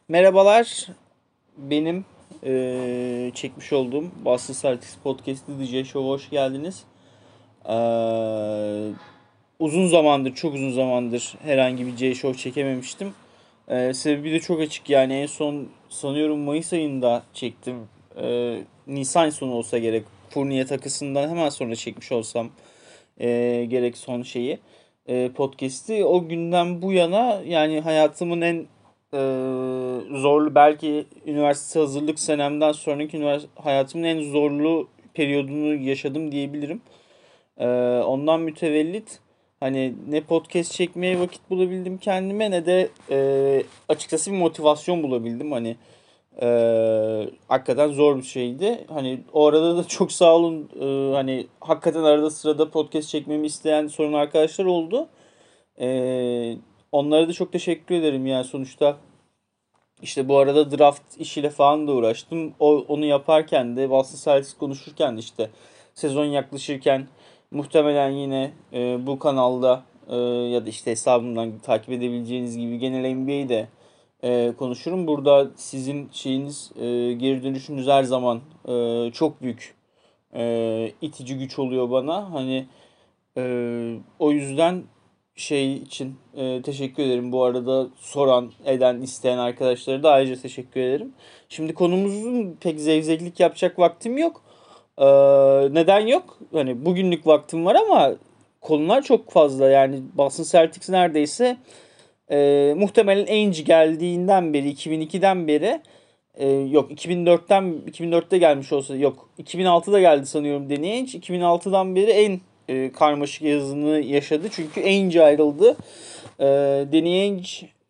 Merhabalar, benim çekmiş olduğum Boston Celtics Podcast'ı DJ Show'a hoş geldiniz. Eee, çok uzun zamandır herhangi bir J-Show çekememiştim. Sebebi de çok açık yani en son sanıyorum Mayıs ayında çektim. Nisan sonu olsa gerek. Fournier takısından hemen sonra çekmiş olsam gerek son şeyi. Podcast'i. O günden bu yana yani hayatımın en e, zorlu belki üniversite hazırlık senemden sonraki hayatımın en zorlu periyodunu yaşadım diyebilirim. Ondan mütevellit hani ne podcast çekmeye vakit bulabildim kendime ne de açıkçası bir motivasyon bulabildim. Hani hakikaten zor bir şeydi. Hani o arada da çok sağ olun. Hani hakikaten arada sırada podcast çekmemi isteyen sorun arkadaşlar oldu. Onlara da çok teşekkür ederim. Yani sonuçta işte bu arada draft işiyle falan da uğraştım. Onu yaparken de Boston Celtics konuşurken de işte sezon yaklaşırken muhtemelen yine bu kanalda ya da işte hesabımdan takip edebileceğiniz gibi genel NBA'yi de konuşurum. Burada sizin geri dönüşünüz her zaman çok büyük itici güç oluyor bana. Hani o yüzden şey için teşekkür ederim. Bu arada soran, eden, isteyen arkadaşlara da ayrıca teşekkür ederim. Şimdi konumuzun pek zevzeklik yapacak vaktim yok. Ee, Neden yok? Hani bugünlük vaktim var ama konular çok fazla. Yani Boston Celtics neredeyse muhtemelen Ainge geldiğinden beri 2002'den beri yok 2004'te gelmiş olsa yok 2006'da geldi sanıyorum Danny Ainge. 2006'dan beri en karmaşık yazını yaşadı. Çünkü Ainge ayrıldı. Danny Ainge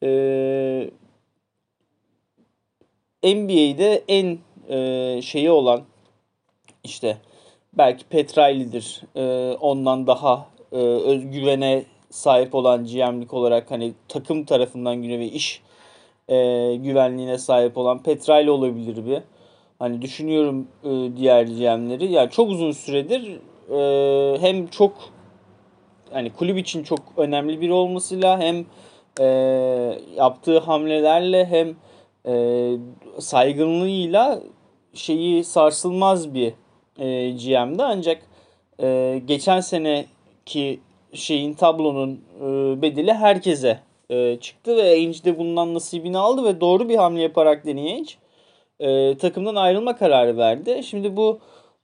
NBA'de en şeyi olan işte belki Petrali'dir. Ondan daha özgüvene sahip olan GM'lik olarak hani takım tarafından güne ve iş güvenliğine sahip olan Petrali olabilir bir. Hani düşünüyorum diğer GM'leri. Yani çok uzun süredir hem çok hani kulüp için çok önemli biri olmasıyla hem e, yaptığı hamlelerle hem saygınlığıyla şeyi sarsılmaz bir GM'di. Ancak geçen seneki tablonun bedeli herkese çıktı ve Ainge de bundan nasibini aldı ve doğru bir hamle yaparak Danny Ainge takımdan ayrılma kararı verdi. Şimdi bu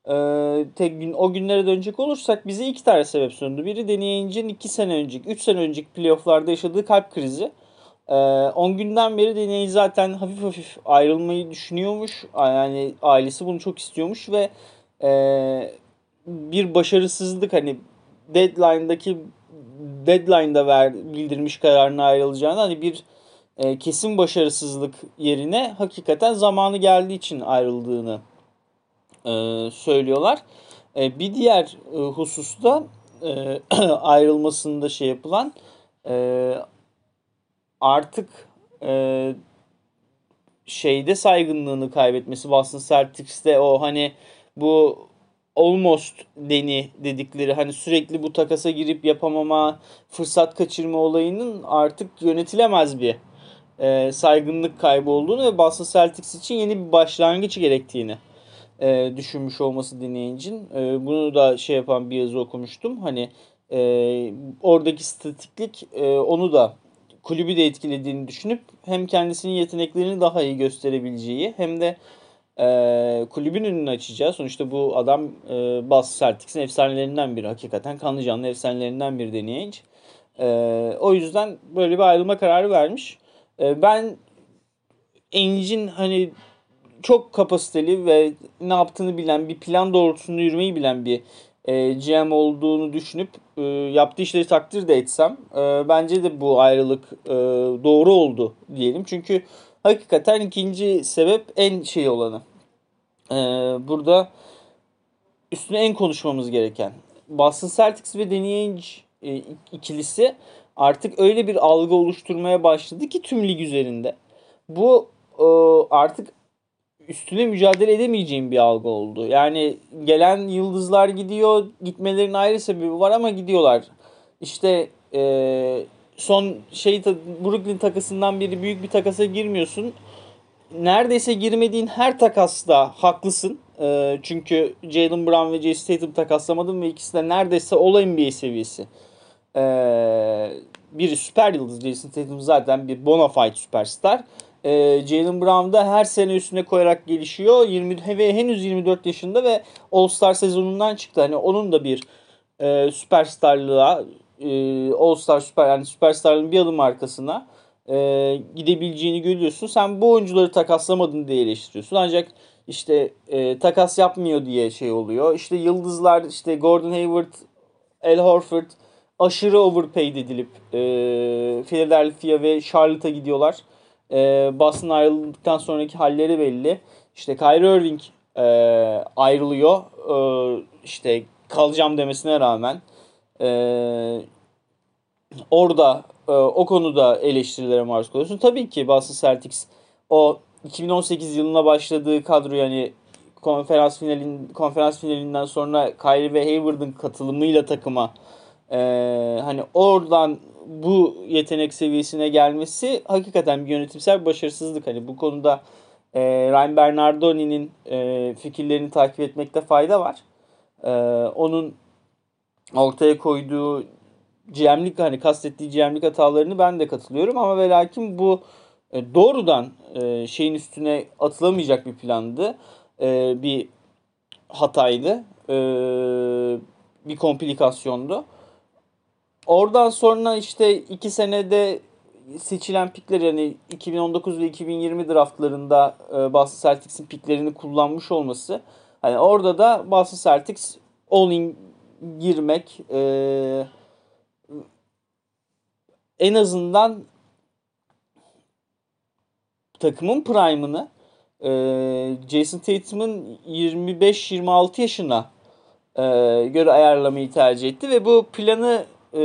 o günlere dönecek olursak bize iki tane sebep sundu. Biri Danny Ainge'in 2 sene önceki, 3 sene önceki playofflarda yaşadığı kalp krizi. 10 günden beri Danny Ainge zaten hafif hafif ayrılmayı düşünüyormuş. Yani ailesi bunu çok istiyormuş ve e, bir başarısızlık hani deadline'daki deadline'da bildirmiş kararına ayrılacağını hani bir kesin başarısızlık yerine hakikaten zamanı geldiği için ayrıldığını söylüyorlar. Bir diğer hususta ayrılmasında şey yapılan e, artık e, şeyde saygınlığını kaybetmesi Boston Celtics'te o hani bu almost deni dedikleri hani sürekli bu takasa girip yapamama, fırsat kaçırma olayının artık yönetilemez bir saygınlık kaybı olduğunu ve Boston Celtics için yeni bir başlangıç gerektiğini düşünmüş olması dinleyicinin. Bunu da şey yapan bir yazı okumuştum. Hani oradaki statiklik onu da kulübü de etkilediğini düşünüp hem kendisinin yeteneklerini daha iyi gösterebileceği hem de kulübün önünü açacağı. Sonuçta bu adam Boston Celtics'in efsanelerinden biri. Hakikaten kanlı canlı efsanelerinden biri Danny Ainge. O yüzden böyle bir ayrılma kararı vermiş. Ben Ainge'in hani çok kapasiteli ve ne yaptığını bilen, bir plan doğrultusunda yürümeyi bilen bir GM olduğunu düşünüp yaptığı işleri takdir de etsem bence de bu ayrılık doğru oldu diyelim. Çünkü hakikaten ikinci sebep en şey olanı. E, Burada üstüne en konuşmamız gereken Boston Celtics ve Danny Ainge ikilisi artık öyle bir algı oluşturmaya başladı ki tüm lig üzerinde. Bu artık üstüne mücadele edemeyeceğim bir algı oldu. Yani gelen yıldızlar gidiyor. Gitmelerinin ayrı sebebi var ama gidiyorlar. İşte son Brooklyn takasından beri büyük bir takasa girmiyorsun. Neredeyse girmediğin her takasta haklısın. Çünkü Jaylen Brown ve Jason Tatum takaslamadım ve ikisi de neredeyse All-NBA seviyesi. Biri süper yıldız. Jason Tatum zaten bir bona fide süperstar. Jaylen Brown da her sene üstüne koyarak gelişiyor. 20 ve henüz 24 yaşında ve All-Star sezonundan çıktı. Hani onun da bir süperstarlığa, All-Star süper yani süperstarlığın bir adım arkasına gidebileceğini görüyorsun. Sen bu oyuncuları takaslamadın diye eleştiriyorsun. Ancak işte takas yapmıyor diye şey oluyor. İşte yıldızlar, işte Gordon Hayward, Al Horford aşırı overpaid edilip Philadelphia ve Charlotte'a gidiyorlar. Boston ayrıldıktan sonraki halleri belli. İşte Kyrie Irving ayrılıyor. İşte kalacağım demesine rağmen. Orada o konuda eleştirilere maruz kalıyorsun. Tabii ki Boston Celtics o 2018 yılına başladığı kadro, yani konferans finalinden sonra Kyrie ve Hayward'ın katılımıyla takıma hani oradan bu yetenek seviyesine gelmesi hakikaten bir yönetimsel başarısızlık. Hani bu konuda Ryan Bernardoni'nin fikirlerini takip etmekte fayda var. Onun ortaya koyduğu GM'lik, hani kastettiği GM'lik hatalarını ben de katılıyorum ama ve lakin bu doğrudan şeyin üstüne atılamayacak bir plandı. Bir hataydı. Bir komplikasyondu. Oradan sonra işte 2 senede seçilen pikler, yani 2019 ve 2020 draftlarında Boston Celtics'in piklerini kullanmış olması. Hani orada da Boston Celtics all-in girmek, en azından takımın prime'ını Jason Tatum'un 25-26 yaşına göre ayarlamayı tercih etti ve bu planı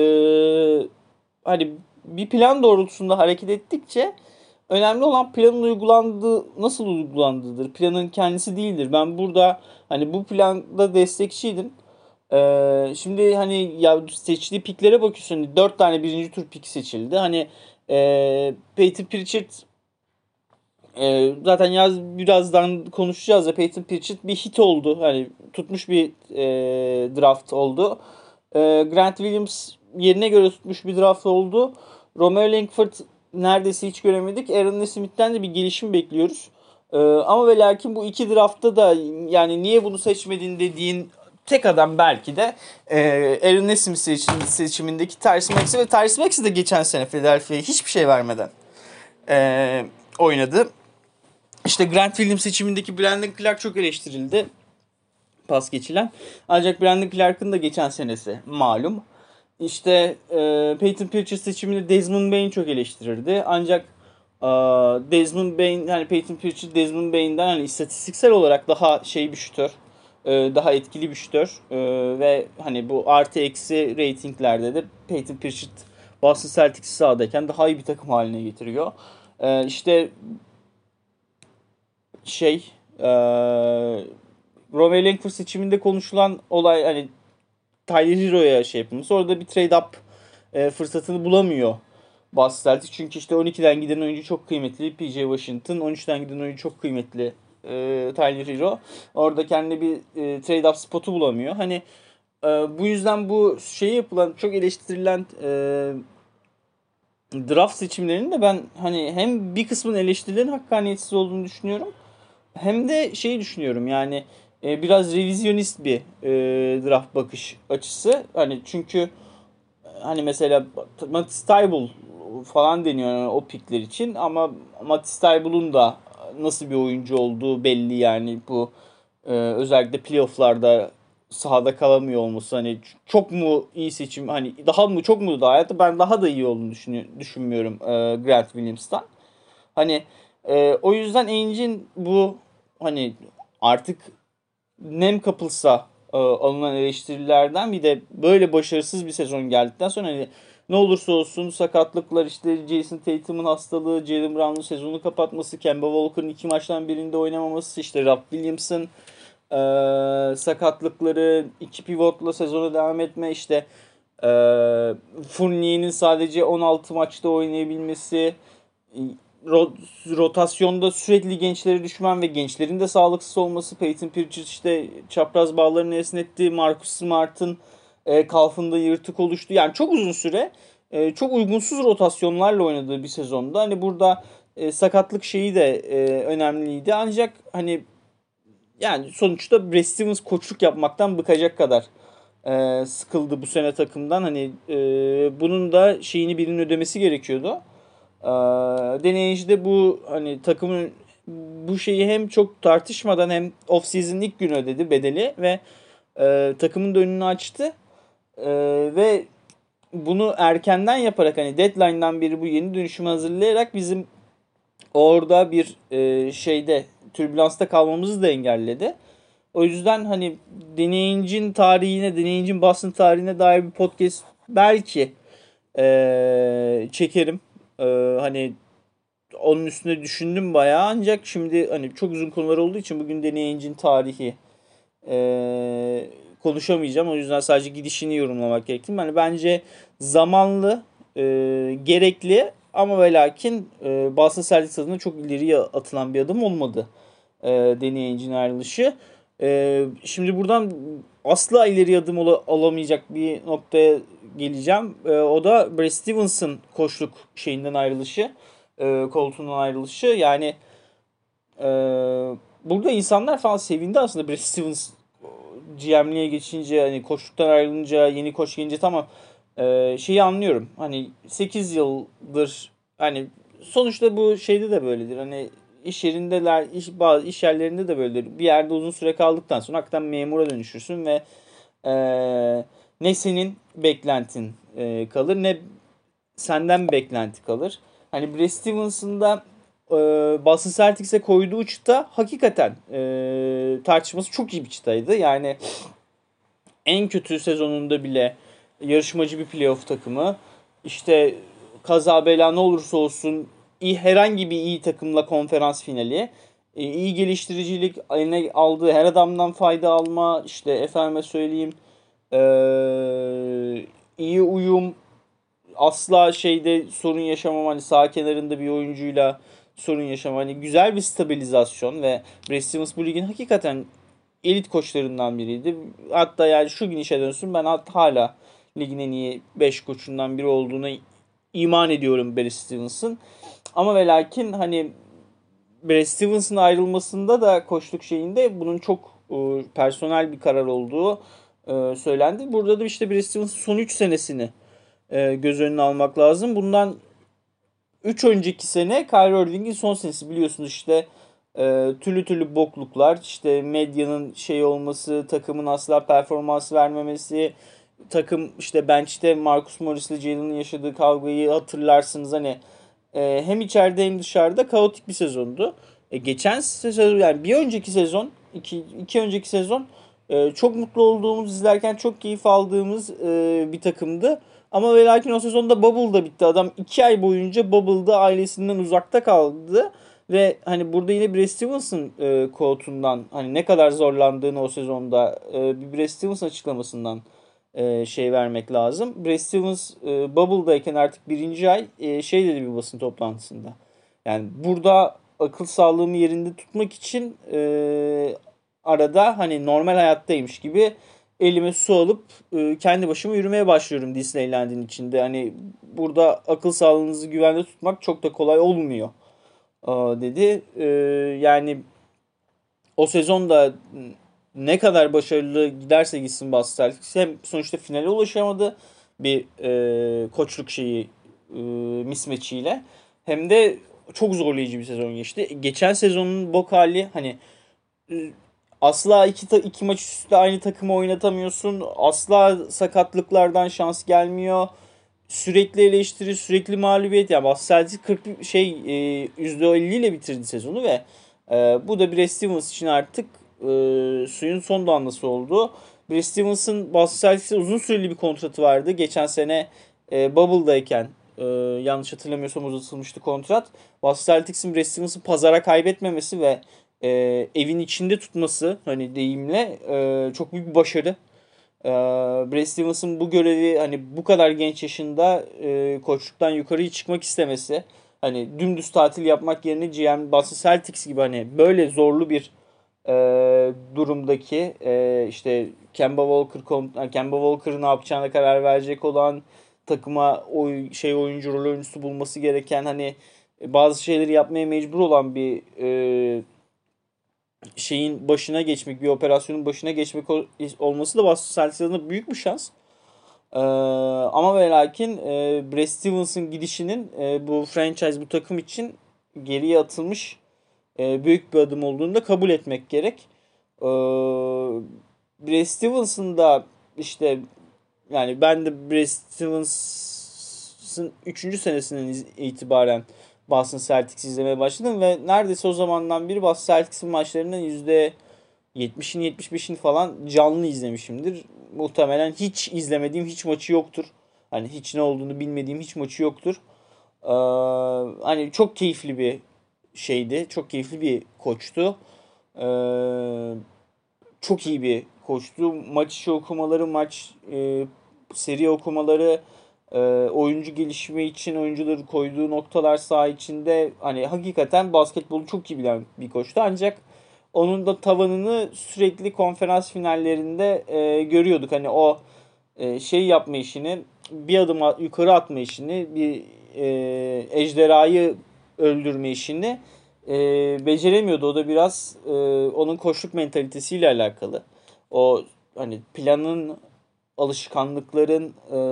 hani bir plan doğrultusunda hareket ettikçe önemli olan planın nasıl uygulandığıdır. Planın kendisi değildir. Ben burada hani bu planda destekçiydim. Şimdi hani ya seçtiği piklere bakıyorsun. Hani 4 tane birinci tur pik seçildi. Hani Peyton Pritchard, zaten birazdan konuşacağız ya, Peyton Pritchard bir hit oldu. Hani tutmuş bir draft oldu. Grant Williams yerine göre tutmuş bir draft oldu. Romeo Langford neredeyse hiç göremedik. Aaron Nesmith'ten de bir gelişim bekliyoruz. Ama ve lakin bu iki draftta da yani niye bunu seçmedin dediğin tek adam belki de Aaron Nesmith seçimindeki Tyrese Maxey ve Tyrese Maxey de geçen sene Philadelphia'ya hiçbir şey vermeden oynadı. İşte Grant Williams seçimindeki Brandon Clark çok eleştirildi. Pas geçilen. Ancak Brandon Clark'ın da geçen senesi malum. İşte Peyton Pritchard seçiminde Desmond Bane çok eleştirirdi. Ancak Desmond Bane, yani Peyton Pritchard Desmond Bane'den hani istatistiksel olarak daha bir şütör. Daha etkili bir şütör. Ve hani bu artı eksi ratinglerde de Peyton Pritchard Boston Celtics'i sahadayken daha iyi bir takım haline getiriyor. İşte Romeo Langford seçiminde konuşulan olay, hani Tyler Hero'ya yapılması. Orada bir trade up fırsatını bulamıyor Boston Celtics. Çünkü işte 12'den giden oyuncu çok kıymetli P.J. Washington. 13'ten giden oyuncu çok kıymetli Tyler Hero. Orada kendine bir trade up spotu bulamıyor. Hani bu yüzden bu yapılan, çok eleştirilen draft seçimlerinin de ben hani hem bir kısmın eleştirilerin hakkaniyetsiz olduğunu düşünüyorum. Hem de düşünüyorum yani biraz revizyonist bir draft bakış açısı. Hani çünkü hani mesela Matisse Thybulle falan deniyor yani o pikler için, ama Matisse Thybulle'un da nasıl bir oyuncu olduğu belli yani. Bu özellikle playoff'larda sahada kalamıyor olması, hani çok mu iyi seçim, hani çok mu daha hayatı, ben daha da iyi olduğunu düşünmüyorum Grant Williams'tan. Hani o yüzden Ainge'in bu hani artık nem kapılsa alınan eleştirilerden, bir de böyle başarısız bir sezon geldikten sonra hani ne olursa olsun sakatlıklar, işte Jason Tatum'un hastalığı, Jaylen Brown'un sezonu kapatması, Kemba Walker'ın 2 maçtan birinde oynamaması, işte Rob Williams'ın sakatlıkları, 2 pivotla sezona devam etme, işte Fournier'in sadece 16 maçta oynayabilmesi, rotasyonda sürekli gençlere düşman ve gençlerin de sağlıksız olması, Peyton Pritchard işte çapraz bağlarını esnetti, Marcus Smart'ın kalfında yırtık oluştu. Yani çok uzun süre çok uygunsuz rotasyonlarla oynadığı bir sezonda. Hani burada sakatlık şeyi de önemliydi. Ancak hani yani sonuçta Brad Stevens koçluk yapmaktan bıkacak kadar sıkıldı bu sene takımdan. Hani bunun da şeyini birinin ödemesi gerekiyordu. Deneyici de bu hani takımın bu şeyi hem çok tartışmadan hem off-season ilk günü ödedi bedeli ve takımın da önünü açtı. Ve bunu erkenden yaparak hani deadline'dan beri bu yeni dönüşümü hazırlayarak bizim orada bir şeyde türbülansta kalmamızı da engelledi. O yüzden hani deneyicinin Boston tarihine dair bir podcast belki çekerim. Hani onun üstüne düşündüm bayağı ancak şimdi hani çok uzun konular olduğu için bugün deneyicinin tarihi konuşamayacağım. O yüzden sadece gidişini yorumlamak gerektiğim. Hani bence zamanlı, gerekli ama ve lakin Boston Celtics adına çok ileriye atılan bir adım olmadı deneyicinin ayrılışı. Şimdi buradan asla ileri adım alamayacak bir noktaya geleceğim. O da Brad Stevens'ın koçluk şeyinden ayrılışı, koltuğundan ayrılışı. Yani e, burada insanlar falan sevindi aslında Brad Stevens GM'liğe geçince, hani koçluktan ayrılınca, yeni koç gelince tamam, şeyi anlıyorum. Hani 8 yıldır hani sonuçta bu şeyde de böyledir. Hani iş yerindeler, bazı iş yerlerinde de böyledir. Bir yerde uzun süre kaldıktan sonra hakikaten memura dönüşürsün ve e, ne senin beklentin kalır ne senden beklenti kalır. Hani Brad Stevens'ın da Boston Celtics'e koyduğu çıta hakikaten tartışması çok iyi bir çıtaydı. Yani en kötü sezonunda bile yarışmacı bir playoff takımı. İşte kaza bela ne olursa olsun herhangi bir iyi takımla konferans finali. İyi geliştiricilik, eline aldığı her adamdan fayda alma, işte efendime söyleyeyim, iyi uyum, asla şeyde sorun yaşamam, hani sağ kenarında bir oyuncuyla sorun yaşamam. Hani güzel bir stabilizasyon ve Brad Stevens bu ligin hakikaten elit koçlarından biriydi. Hatta yani şu gün işe dönsün ben hala ligin en iyi 5 koçundan biri olduğuna iman ediyorum Brad Stevens'ın. Ama ve lakin hani Brad Stevens'ın ayrılmasında da koçluk şeyinde bunun çok personel bir karar olduğu söylendi. Burada da işte Brad Stevens'ın son 3 senesini göz önüne almak lazım. Bundan 3 önceki sene Kyrie Irving'in son senesi, biliyorsunuz işte türlü türlü bokluklar, işte medyanın şey olması, takımın asla performans vermemesi, takım işte bench'te Marcus Morris ile Jalen'ın yaşadığı kavgayı hatırlarsınız. Hani hem içeride hem dışarıda kaotik bir sezondu. Geçen sezon, yani bir önceki sezon, iki önceki sezon çok mutlu olduğumuz, izlerken çok keyif aldığımız bir takımdı. Ama ve lakin o sezonda Bubble'da bitti. Adam 2 ay boyunca Bubble'da ailesinden uzakta kaldı. Ve hani burada yine Brad Stevens'ın quote'undan hani ne kadar zorlandığını o sezonda bir Brad Stevens açıklamasından şey vermek lazım. Brad Stevens Bubble'dayken artık birinci ay şey dedi bir basın toplantısında. Yani burada akıl sağlığımı yerinde tutmak için arada hani normal hayattaymış gibi elime su alıp kendi başıma yürümeye başlıyorum Disneyland'in içinde. Hani burada akıl sağlığınızı güvende tutmak çok da kolay olmuyor dedi. Yani o sezon da ne kadar başarılı giderse gitsin Boston Celtics hem sonuçta finale ulaşamadı bir koçluk şeyi mismatchiyle, hem de çok zorlayıcı bir sezon geçti. Geçen sezonun bok hali hani asla iki maç üst üste aynı takımı oynatamıyorsun. Asla sakatlıklardan şans gelmiyor. Sürekli eleştiri, sürekli mağlubiyet. Yani Boston Celtics 40 %50 ile bitirdi sezonu ve bu da Brad Stevens için artık suyun son damlası oldu. Brad Stevens'ın Boston Celtics'e uzun süreli bir kontratı vardı. Geçen sene Bubble'dayken yanlış hatırlamıyorsam uzatılmıştı kontrat. Boston Celtics'in Brad Stevens'ı pazara kaybetmemesi ve evin içinde tutması, hani deyimle çok büyük bir başarı. Brad Stevens'ın bu görevi hani bu kadar genç yaşında koçluktan yukarıya çıkmak istemesi, hani dümdüz tatil yapmak yerine GM Boston Celtics gibi hani böyle zorlu bir durumdaki işte Kemba Walker'ın ne yapacağına karar verecek olan, takıma oyuncu rol oyuncusu bulması gereken, hani bazı şeyleri yapmaya mecbur olan bir şeyin başına geçmek, bir operasyonun başına geçmek olması da Boston Celtics adına büyük bir şans. Ama ve lakin Brad Stevens'ın gidişinin bu franchise, bu takım için geriye atılmış büyük bir adım olduğunu da kabul etmek gerek. Brad Stevens'ın da işte, yani ben de Brad Stevens'ın 3. senesinden itibaren Boston Celtics izlemeye başladım ve neredeyse o zamandan beri Boston Celtics'in maçlarının %70'ini 75'ini falan canlı izlemişimdir. Muhtemelen hiç izlemediğim hiç maçı yoktur. Hani hiç ne olduğunu bilmediğim hiç maçı yoktur. Ee, Hani çok keyifli bir şeydi. Çok keyifli bir koçtu. Ee, Çok iyi bir koçtu. Maç içi okumaları, seri okumaları, oyuncu gelişimi için oyuncuları koyduğu noktalar saha içinde, hani hakikaten basketbolu çok iyi bilen bir koçtu. Ancak onun da tavanını sürekli konferans finallerinde görüyorduk. Hani o şey yapma işini, bir adım yukarı atma işini, bir ejderhayı öldürme işini beceremiyordu. O da biraz onun koçluk mentalitesiyle alakalı. O hani planın, alışkanlıkların,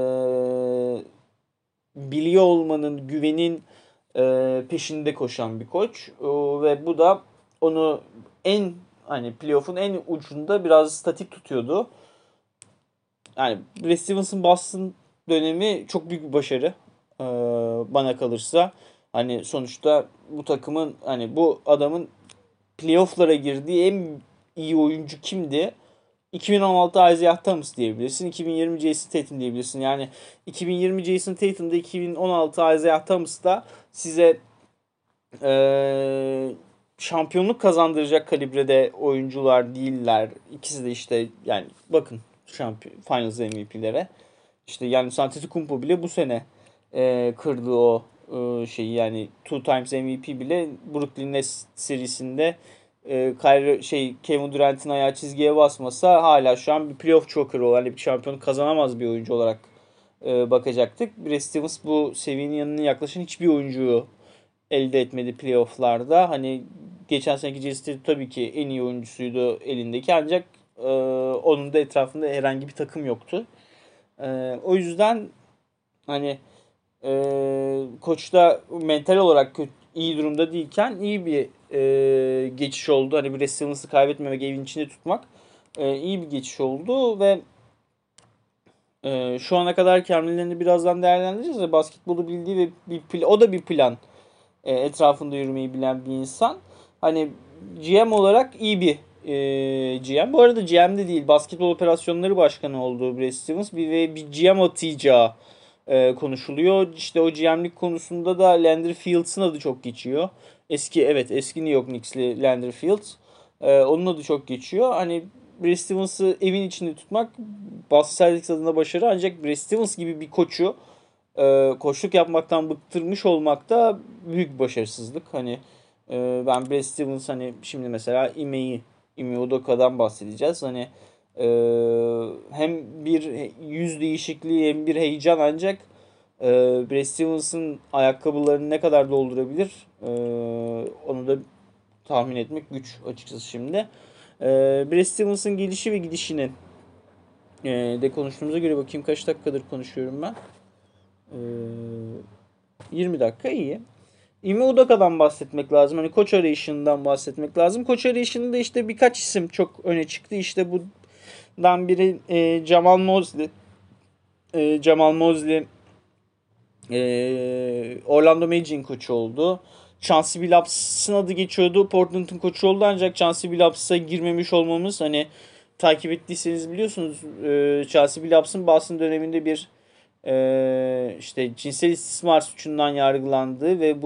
biliyor olmanın, güvenin peşinde koşan bir koç. Ve bu da onu hani playoff'un en ucunda biraz statik tutuyordu. Yani Brad Stevens'ın Boston dönemi çok büyük bir başarı. Ee, Bana kalırsa. Hani sonuçta bu takımın, hani bu adamın playoff'lara girdiği en iyi oyuncu kimdi? 2016 Isaiah Thomas diyebilirsin. 2020 Jason Tatum diyebilirsin. Yani 2020 Jason Tatum'da, 2016 Isaiah Thomas'da size şampiyonluk kazandıracak kalibrede oyuncular değiller. İkisi de işte, yani bakın Finals MVP'lere. İşte yani Antetokounmpo bile bu sene kırdı o şeyi, yani two times MVP bile Brooklyn Nets serisinde Kevin Durant'in ayağı çizgiye basmasa hala şu an bir playoff choker'ı olan, bir şampiyonu kazanamaz bir oyuncu olarak bakacaktık. Brad Stevens bu seviyenin yanına yaklaşan hiçbir oyuncuyu elde etmedi playoff'larda. Hani geçen seneki Jason Tatum tabii ki en iyi oyuncusuydu elindeki, ancak onun da etrafında herhangi bir takım yoktu. O yüzden hani koç da mental olarak iyi durumda değilken iyi bir geçiş oldu. Hani Brad Stevens'ı kaybetmemek, evin içinde tutmak iyi bir geçiş oldu ve şu ana kadar hamlelerini birazdan değerlendireceğiz. Basketbolu bildiği ve o da bir plan etrafında yürümeyi bilen bir insan. Hani GM olarak iyi bir GM. Bu arada GM de değil, basketbol operasyonları başkanı olduğu Brad Stevens bir GM atayacağı konuşuluyor. İşte o GM'lik konusunda da Landry Fields'ın adı çok geçiyor. Eski New York Knicks'li Landry Fields. Onun adı çok geçiyor. Hani Brad Stevens'ı evin içinde tutmak Boston Celtics adına başarı, ancak Brad Stevens gibi bir koçu koçluk yapmaktan bıktırmış olmak da büyük bir başarısızlık. Hani ben Brad Stevens, hani şimdi mesela Ime Udoka'dan bahsedeceğiz. Hani e, hem bir yüz değişikliği hem bir heyecan, ancak Brad Stevens'ın ayakkabılarını ne kadar doldurabilir onu da tahmin etmek güç açıkçası şimdi. Brad Stevens'ın gelişi ve gidişini de konuştuğumuza göre, bakayım kaç dakikadır konuşuyorum ben. 20 dakika iyi. Ime Udoka'dan bahsetmek lazım. Hani koç arayışından bahsetmek lazım. Koç arayışında işte birkaç isim çok öne çıktı. İşte bundan biri Jamal Mosley. Jamal Mosley Orlando Magic'in koçu oldu. Chauncey Billups'ın adı geçiyordu. Portland'ın koçu oldu, ancak Chauncey Billups'a girmemiş olmamız, hani takip ettiyseniz biliyorsunuz, Chauncey Billups'ın Boston döneminde bir işte cinsel istismar suçundan yargılandığı ve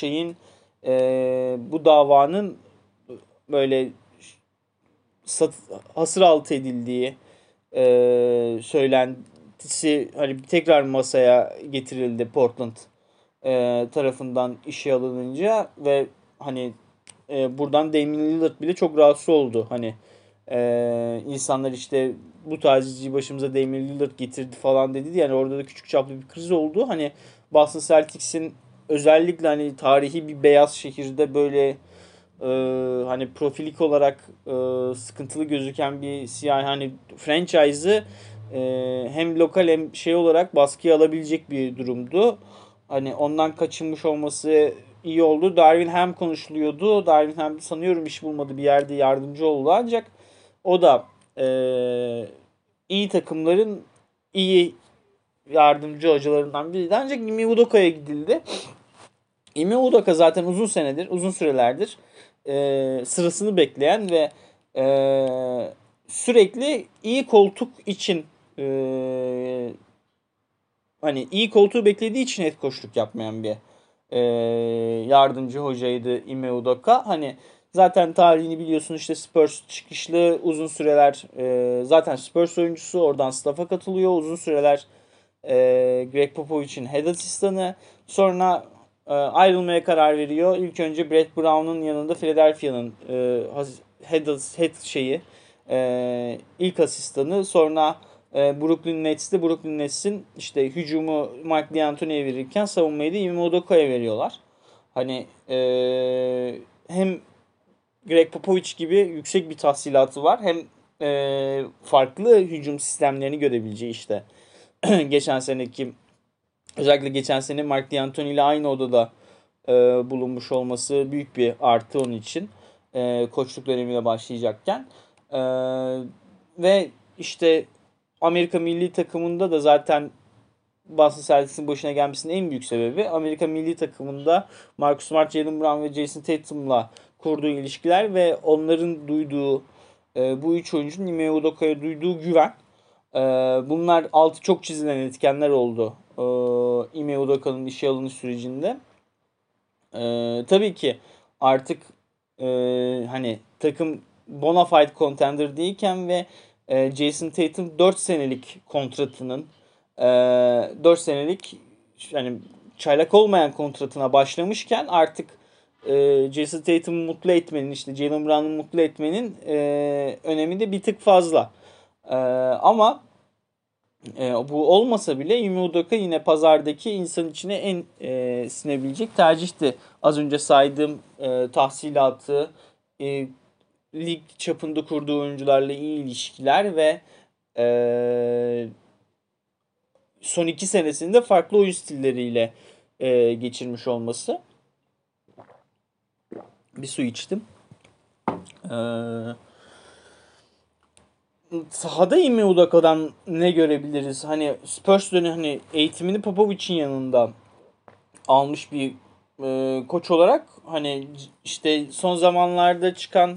bu davanın böyle hasır altı edildiği söylentisi hani tekrar masaya getirildi Portland tarafından işe alınınca ve hani buradan Damian Lillard bile çok rahatsız oldu. Hani insanlar işte bu tacizciyi başımıza Damian Lillard getirdi falan dedi. Yani orada da küçük çaplı bir kriz oldu. Hani Boston Celtics'in özellikle hani tarihi bir beyaz şehirde böyle e, hani profilik olarak sıkıntılı gözüken bir siyah hani franchise'ı hem lokal hem şey olarak baskıya alabilecek bir durumdu. Hani ondan kaçınmış olması iyi oldu. Darvin Ham konuşuluyordu. Darvin Ham sanıyorum iş bulmadı, bir yerde yardımcı oldu ancak o da iyi takımların iyi yardımcı hocalarından biriydi. Ancak Ime Udoka'ya gidildi. Ime Udoka zaten uzun sürelerdir sırasını bekleyen ve e, sürekli iyi koltuk için e, hani iyi koltuğu beklediği için head coachluk yapmayan bir e, yardımcı hocaydı Ime Udoka. Hani zaten tarihini biliyorsun, işte Spurs çıkışlı uzun süreler zaten Spurs oyuncusu, oradan staff'a katılıyor. Uzun süreler Greg Popovich'in head asistanı. Sonra ayrılmaya karar veriyor. İlk önce Brett Brown'un yanında Philadelphia'nın head şeyi ilk asistanı. Sonra Brooklyn Nets'in işte hücumu Mike D'Antoni'ye verirken savunmayı da Ime Udoka'ya veriyorlar. Hani hem Greg Popovich gibi yüksek bir tahsilatı var, hem farklı hücum sistemlerini görebileceği işte. geçen seneki Özellikle geçen sene Mark D'Antoni ile aynı odada bulunmuş olması büyük bir artı onun için. Koçluk dönemine başlayacakken. E, ve işte Amerika milli takımında da zaten Boston Celtics'in başına gelmesinin en büyük sebebi Amerika milli takımında Marcus Smart, Jaylen Brown ve Jason Tatum'la kurduğu ilişkiler ve onların duyduğu bu üç oyuncunun Ime Udoka'ya duyduğu güven. Bunlar altı çok çizilen etkenler oldu Ime Udoka'nın işe alınış sürecinde. Tabii ki artık e, hani takım bona fide contender değilken ve Jason Tatum 4 senelik kontratının e, 4 senelik yani çaylak olmayan kontratına başlamışken artık Jason Tatum'u mutlu etmenin, işte Jaylen Brown'u mutlu etmenin önemi de bir tık fazla. Ama bu olmasa bile Ime Udoka yine pazardaki insan içine en sinebilecek tercihti. Az önce saydığım tahsilatı, e, lig çapında kurduğu oyuncularla iyi ilişkiler ve e, son 2 senesinde farklı oyun stilleriyle geçirmiş olması. Bir su içtim. Eee Sahada Ime Udoka'dan ne görebiliriz? Hani Spurs dönemi hani eğitimini Popovic'in yanında almış bir koç olarak hani işte son zamanlarda çıkan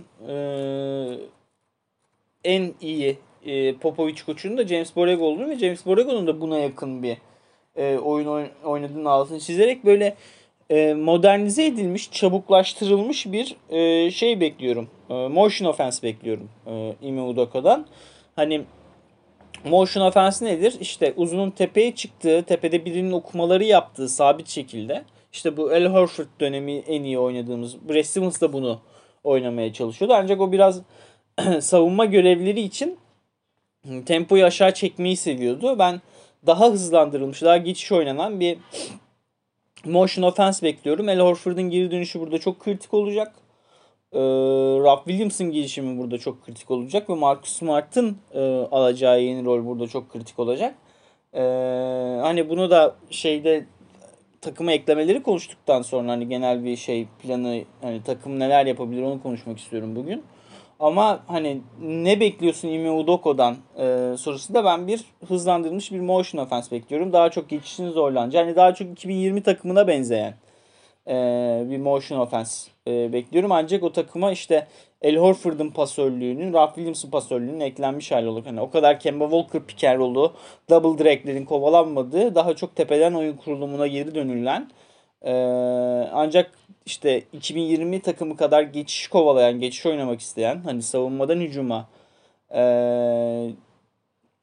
en iyi Popovic koçunun da James Borrego olduğunu ve James Borrego'nun da buna yakın bir oynadığının altını çizerek böyle modernize edilmiş, çabuklaştırılmış bir şey bekliyorum. Motion offense bekliyorum Ime Udoka'dan. Hani motion offense nedir? İşte uzunun tepeye çıktığı, tepede birinin okumaları yaptığı sabit şekilde. İşte bu Al Horford dönemi en iyi oynadığımız. Brad Stevens da bunu oynamaya çalışıyordu. Ancak o biraz savunma görevleri için tempoyu aşağı çekmeyi seviyordu. Ben daha hızlandırılmış, daha geçiş oynanan bir motion offense bekliyorum. Al Horford'un geri dönüşü burada çok kritik olacak. Rob Williams'ın gelişimi burada çok kritik olacak ve Marcus Smart'ın alacağı yeni rol burada çok kritik olacak. Ee, Hani bunu da şeyde takıma eklemeleri konuştuktan sonra hani genel bir şey planı, hani takım neler yapabilir onu konuşmak istiyorum bugün. Ama hani ne bekliyorsun Ime Udoko'dan sorusunda ben bir hızlandırılmış bir motion offense bekliyorum. Daha çok geçişin zorlanacağı, hani daha çok 2020 takımına benzeyen bir motion offense bekliyorum. Ancak o takıma işte Al Horford'un pasörlüğünün, Ralph Williams'ın pasörlüğünün eklenmiş hali olur. Hani o kadar Kemba Walker pick and roll'u, double drag'lerin kovalanmadığı, daha çok tepeden oyun kurulumuna geri dönülen ancak işte 2020 takımı kadar geçiş kovalayan, geçiş oynamak isteyen, hani savunmadan hücuma e,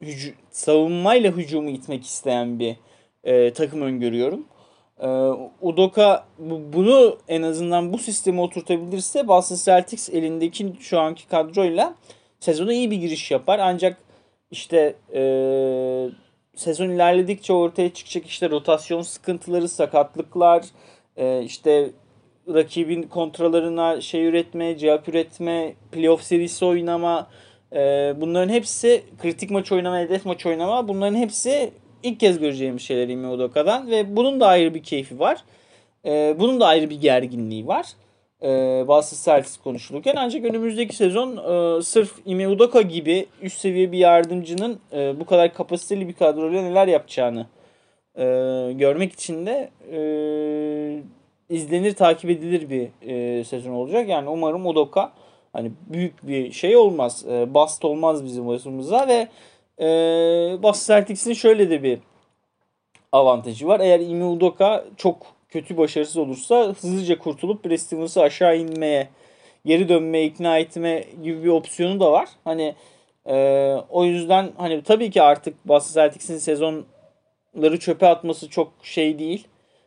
savunmayla hücumu itmek isteyen bir takım öngörüyorum. E, Udoka bunu en azından bu sisteme oturtabilirse Boston Celtics elindeki şu anki kadroyla sezona iyi bir giriş yapar. Ancak işte sezon ilerledikçe ortaya çıkacak işte rotasyon sıkıntıları, sakatlıklar, işte rakibin kontralarına şey üretme, cevap üretme, playoff serisi oynama, bunların hepsi kritik maç oynama, hedef maç oynama, bunların hepsi ilk kez göreceğimiz şeyler Ime Udoka'dan ve bunun da ayrı bir keyfi var. Bunun da ayrı bir gerginliği var. Boston Celtics konuşulurken ancak önümüzdeki sezon sırf Ime Udoka gibi üst seviye bir yardımcının bu kadar kapasiteli bir kadroyla neler yapacağını görmek için de izlenir, takip edilir bir sezon olacak. Yani umarım Udoka hani büyük bir şey olmaz. Bast olmaz bizim başımıza ve Boston Celtics'in şöyle de bir avantajı var. Eğer Ime Udoka çok kötü başarısız olursa hızlıca kurtulup Brad Stevens'ı aşağı inmeye, geri dönmeye ikna etme gibi bir opsiyonu da var. Hani o yüzden hani tabii ki artık Boston Celtics'in sezonları çöpe atması çok şey değil.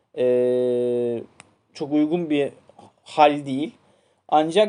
Çok uygun bir hal değil. Ancak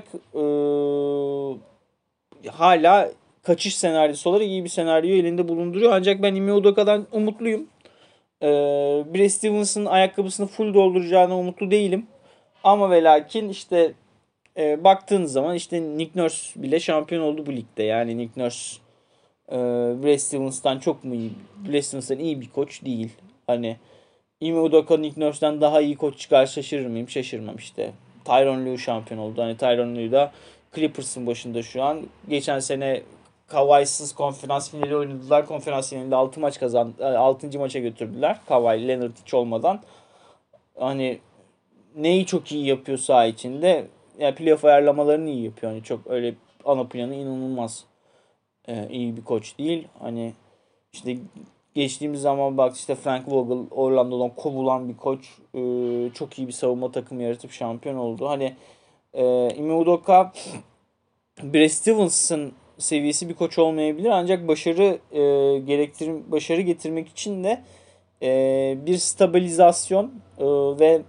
hala kaçış senaryosu olarak iyi bir senaryo elinde bulunduruyor. Ancak ben Ime Udoka'dan umutluyum. Brad Stevens'ın ayakkabısını full dolduracağına umutlu değilim. Ama ve lakin işte baktığın zaman işte Nick Nurse bile şampiyon oldu bu ligde. Yani Nick Nurse Brad Stevens'tan çok mu iyi? Brad Stevens'tan iyi bir koç değil. Hani Ime Udoka Nick Nurse'dan daha iyi koç çıkar şaşırır mıyım? Şaşırmam işte. Tyronn Lue şampiyon oldu. Hani Tyronn Lue da Clippers'ın başında şu an. Geçen sene Kawhi'sız konferans finali oynadılar. Konferans finalinde 6 maç kazandı. 6. maça götürdüler. Kawhi Leonard hiç olmadan. Hani neyi çok iyi yapıyor saha içinde? Yani playoff ayarlamalarını iyi yapıyor. Hani çok öyle ana planı inanılmaz iyi bir koç değil. Hani işte geçtiğimiz zaman bak işte Frank Vogel Orlando'dan kovulan bir koç. Çok iyi bir savunma takımı yaratıp şampiyon oldu. Hani Ime Udoka Brad Stevens'ın seviyesi bir koç olmayabilir ancak başarı getirmek için de bir stabilizasyon ve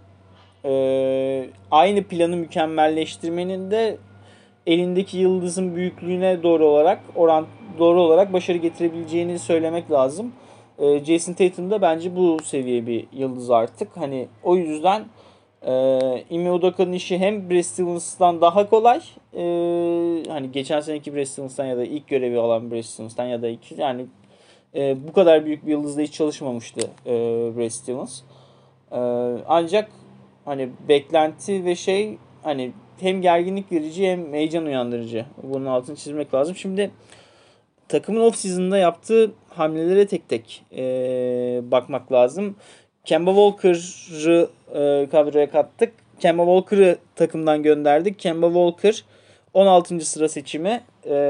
aynı planı mükemmelleştirmenin de elindeki yıldızın büyüklüğüne doğru olarak başarı getirebileceğini söylemek lazım. Jason Tatum da bence bu seviye bir yıldız artık. Hani o yüzden Ime Udoka'nın işi hem Brad Stevens'tan daha kolay. Hani geçen seneki Brad Stevens'tan ya da ilk görevi alan Brad Stevens'tan ya da yani bu kadar büyük bir yıldızla hiç çalışmamıştı Brad Stevens. Ancak hani beklenti ve şey hani hem gerginlik verici hem heyecan uyandırıcı. Bunun altını çizmek lazım. Şimdi takımın off season'da yaptığı hamlelere tek tek bakmak lazım. Kemba Walker'ı kadroya kattık. Kemba Walker'ı takımdan gönderdik. Kemba Walker 16. sıra seçimi.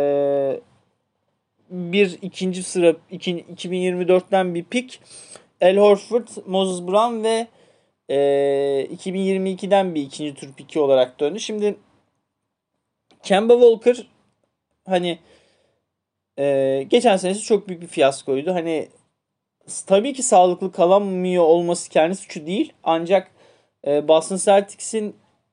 Bir ikinci sıra 2024'ten bir pick. Al Horford, Moses Brown ve 2022'den bir ikinci tur piki olarak döndü. Şimdi Kemba Walker hani geçen senesi çok büyük bir fiyaskoydu. Hani tabii ki sağlıklı kalamıyor olması kendi suçu değil. Ancak Boston Celtics'in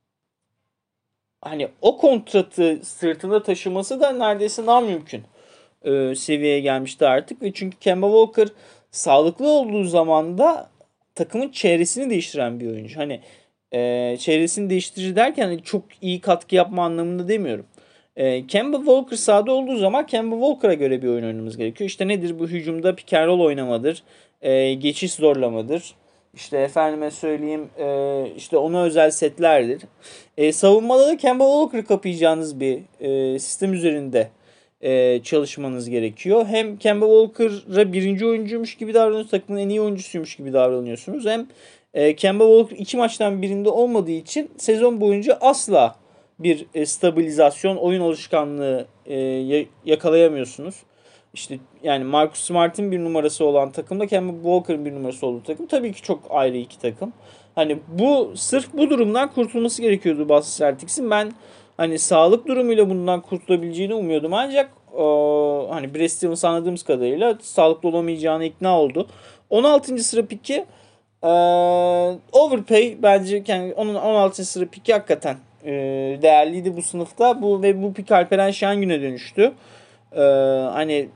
hani o kontratı sırtında taşıması da neredeyse namümkün seviyeye gelmişti artık. Ve çünkü Kemba Walker sağlıklı olduğu zaman da takımın çevresini değiştiren bir oyuncu. Hani çevresini değiştirici derken hani çok iyi katkı yapma anlamında demiyorum. Kemba Walker sahada olduğu zaman Kemba Walker'a göre bir oyun oynamamız gerekiyor. İşte nedir bu hücumda pick and roll oynamadır. Geçiş zorlamadır. İşte efendime söyleyeyim işte ona özel setlerdir. Savunmada da Kemba Walker kapayacağınız bir sistem üzerinde çalışmanız gerekiyor. Hem Kemba Walker'a birinci oyuncuymuş gibi davranıyorsunuz. Takımın en iyi oyuncusuymuş gibi davranıyorsunuz. Hem Kemba Walker iki maçtan birinde olmadığı için sezon boyunca asla bir stabilizasyon, oyun alışkanlığı yakalayamıyorsunuz. İşte yani Marcus Smart'ın bir numarası olan takımda Kemba Walker'ın bir numarası olduğu takım tabii ki çok ayrı iki takım. Hani sırf bu durumdan kurtulması gerekiyordu Boston Celtics'in. Ben hani sağlık durumuyla bundan kurtulabileceğini umuyordum. Ancak hani Brad Stevens anladığımız kadarıyla sağlıklı olamayacağına ikna oldu. 16. sıra piki overpay bence, yani onun 16. sıra piki hakikaten değerliydi bu sınıfta. Bu pik Alperen Şengün'e dönüştü. Hani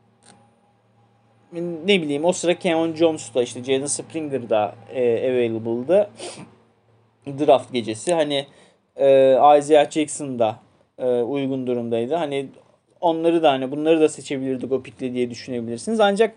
ne bileyim, o sıra Keon Jones'da, işte Jaden Springer'da available'dı. Draft gecesi. Hani Isaiah Jackson da uygun durumdaydı. Hani onları da, hani bunları da seçebilirdik o pikle diye düşünebilirsiniz. Ancak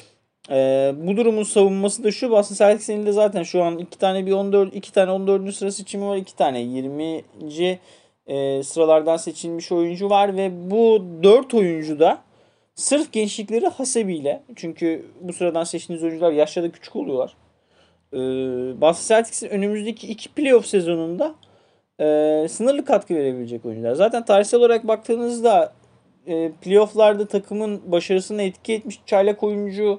bu durumun savunması da şu: Boston Celtics'in elinde zaten şu an iki tane 14. sıra seçimi var. 2 tane 20. Sıralardan seçilmiş oyuncu var ve bu 4 oyuncu da sırf gençlikleri hasebiyle, çünkü bu sıradan seçtiğiniz oyuncular yaşça da küçük oluyorlar. Boston Celtics'in önümüzdeki 2 playoff sezonunda sınırlı katkı verebilecek oyuncular. Zaten tarihsel olarak baktığınızda playoff'larda takımın başarısını etki etmiş çaylak oyuncu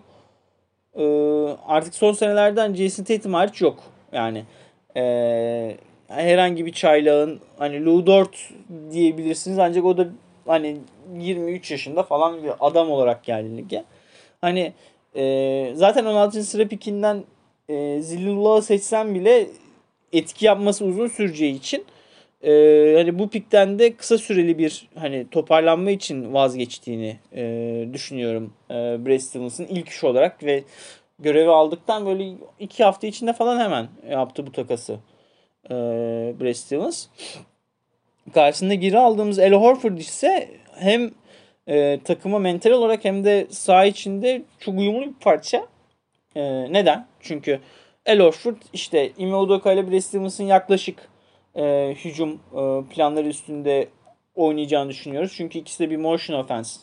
artık son senelerden Jason Tatum hariç yok. Yani herhangi bir çaylağın, hani Lou Dort diyebilirsiniz, ancak o da hani 23 yaşında falan bir adam olarak geldi lige. Hani zaten 16. sıra pikinden Zillullah'ı seçsem bile etki yapması uzun süreceği için hani bu pikten de kısa süreli bir hani toparlanma için vazgeçtiğini düşünüyorum Brad Stevens'ın ilk iş olarak ve görevi aldıktan böyle 2 hafta içinde falan hemen yaptı bu takası Brad Stevens. Karşısında geri aldığımız Al Horford ise hem takıma mental olarak hem de saha içinde çok uyumlu bir parça. Neden? Çünkü Al Horford işte Ime Udoka ile Brad Stevens'ın yaklaşık hücum planları üstünde oynayacağını düşünüyoruz. Çünkü ikisi de bir motion offense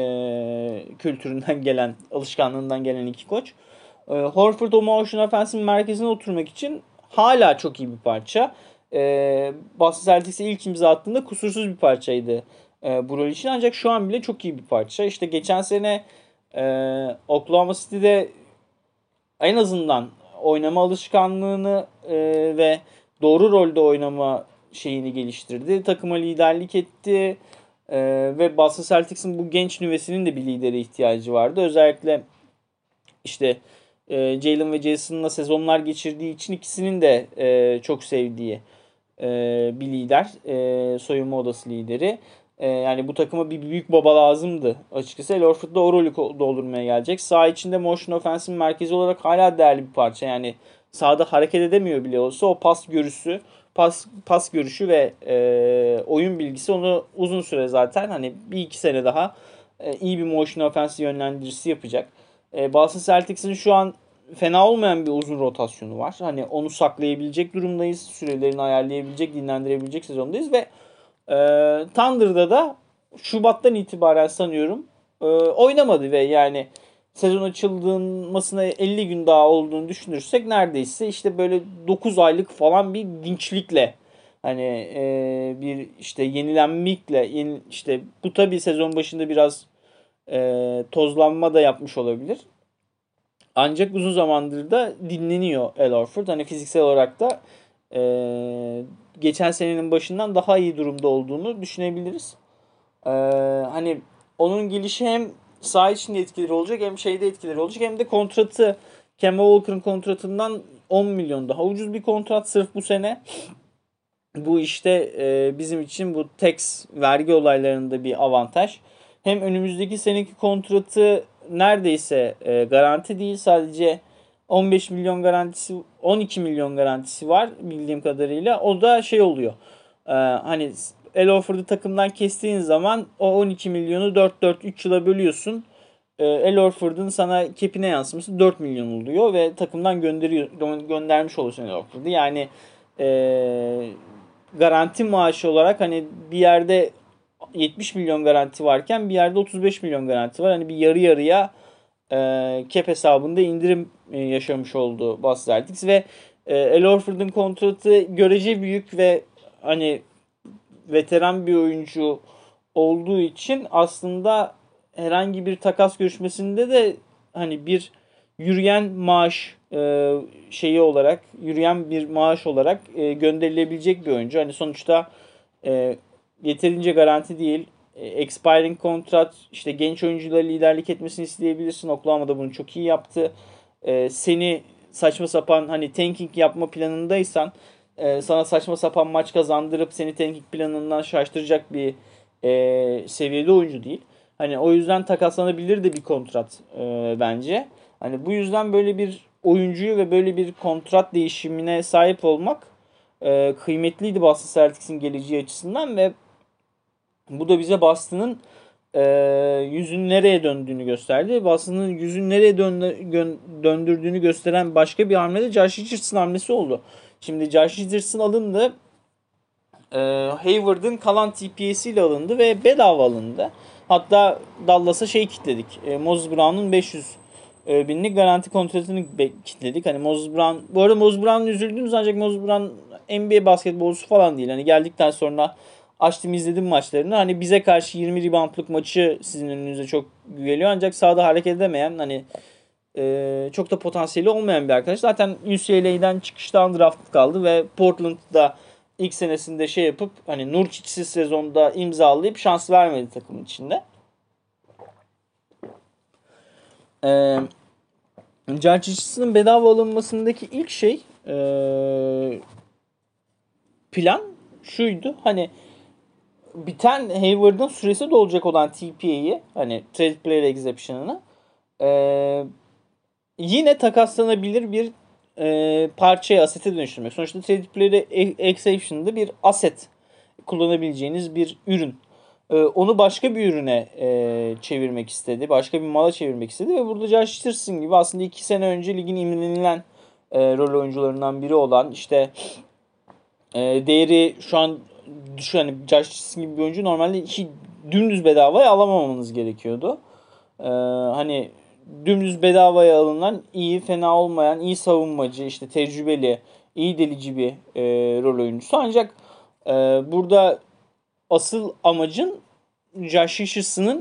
kültüründen gelen, alışkanlığından gelen iki koç. Horford o motion offense'in merkezine oturmak için hala çok iyi bir parça. Boston Celtics'e ilk imza attığında kusursuz bir parçaydı bu rol için. Ancak şu an bile çok iyi bir parça. İşte geçen sene Oklahoma City'de en azından oynama alışkanlığını ve doğru rolde oynama şeyini geliştirdi. Takıma liderlik etti. Ve Boston Celtics'in bu genç nüvesinin de bir lidere ihtiyacı vardı. Özellikle işte Jalen ve Jason'la sezonlar geçirdiği için ikisinin de çok sevdiği bir lider. Soyunma odası lideri. Yani bu takıma bir büyük baba lazımdı açıkçası. Al Horford da o rolü doldurmaya gelecek. Sağ içinde motion offense'in merkezi olarak hala değerli bir parça. Yani sahada hareket edemiyor bile olsa o pas görüşü ve oyun bilgisi onu uzun süre zaten hani bir iki sene daha iyi bir motion offense yönlendiricisi yapacak. Boston Celtics'in şu an fena olmayan bir uzun rotasyonu var. Hani onu saklayabilecek durumdayız. Sürelerini ayarlayabilecek, dinlendirebilecek sezondayız ve Thunder'da da Şubat'tan itibaren sanıyorum oynamadı ve yani sezon açılmasına 50 gün daha olduğunu düşünürsek neredeyse işte böyle 9 aylık falan bir dinçlikle, hani bir işte yenilenmekle, işte bu tabii sezon başında biraz tozlanma da yapmış olabilir. Ancak uzun zamandır da dinleniyor Al Horford. Hani fiziksel olarak da e, geçen senenin başından daha iyi durumda olduğunu düşünebiliriz. Hani onun gelişi hem saha içinde etkileri olacak, hem şeyde etkileri olacak, hem de kontratı, Kemba Walker'ın kontratından 10 milyon daha ucuz bir kontrat sırf bu sene. Bu işte bizim için bu tax vergi olaylarında bir avantaj. Hem önümüzdeki seneki kontratı neredeyse garanti değil. Sadece 15 milyon garantisi, 12 milyon garantisi var bildiğim kadarıyla. O da şey oluyor. Hani Al Horford'u takımdan kestiğin zaman o 12 milyonu 4-4-3 yıla bölüyorsun. Al Horford'un sana cap'ine yansıması 4 milyon oluyor ve takımdan göndermiş oluyorsun Al Horford'u. Yani garanti maaşı olarak hani bir yerde 70 milyon garanti varken bir yerde 35 milyon garanti var. Hani bir yarı yarıya cap hesabında indirim yaşamış oldu Boston Celtics ve Al Horford'un kontratı görece büyük ve hani veteran bir oyuncu olduğu için aslında herhangi bir takas görüşmesinde de hani bir yürüyen maaş şeyi olarak, yürüyen bir maaş olarak gönderilebilecek bir oyuncu. Hani sonuçta yeterince garanti değil. expiring kontrat, işte genç oyuncuları liderlik etmesini isteyebilirsin. Oklahoma da bunu çok iyi yaptı. Seni saçma sapan hani tanking yapma planındaysan sana saçma sapan maç kazandırıp seni tanking planından şaştıracak bir seviyede oyuncu değil. Hani o yüzden takaslanabilir de bir kontrat bence. Hani bu yüzden böyle bir oyuncuyu ve böyle bir kontrat değişimine sahip olmak kıymetliydi Boston Celtics'in geleceği açısından ve bu da bize Boston'ın yüzün nereye döndüğünü gösterdi. Boston'ın yüzün nereye döndürdüğünü gösteren başka bir hamle de Josh Richardson hamlesi oldu. Şimdi Josh Richardson alındı. Hayward'ın kalan TPS'iyle alındı ve bedava alındı. Hatta Dallas'a kitledik. Moses Brown'un 500 binlik garanti kontratını kitledik. Hani Moses Brown, bu arada Moses Brown'un üzüldüğümüz ancak Moses Brown NBA basketbolcusu falan değil. Hani geldikten sonra açtım izledim maçlarını. Hani bize karşı 20 reboundluk maçı sizin önünüze çok geliyor. Ancak sahada hareket edemeyen hani çok da potansiyeli olmayan bir arkadaş. Zaten UCLA'den çıkışta undrafted kaldı ve Portland'da ilk senesinde yapıp hani Nurkic'siz sezonda imzalayıp şans vermedi takımın içinde. Josh Richardson'ın bedava alınmasındaki ilk plan şuydu. Hani biten Hayward'ın süresi dolacak olan TPA'yı hani Trade Player Exception'ını yine takaslanabilir bir parçaya, asete dönüştürmek. Sonuçta Trade Player Exception'da bir aset kullanabileceğiniz bir ürün. Onu başka bir ürüne çevirmek istedi. Başka bir mala çevirmek istedi ve burada Josh Richardson gibi aslında 2 sene önce ligin imrenilen rol oyuncularından biri olan işte değeri şu an düşün, hani Josh Richardson gibi bir oyuncu normalde dümdüz bedavaya alamamanız gerekiyordu. Hani dümdüz bedavaya alınan iyi, fena olmayan, iyi savunmacı, işte tecrübeli, iyi delici bir rol oyuncusu. Ancak burada asıl amacın Josh Richardson'ın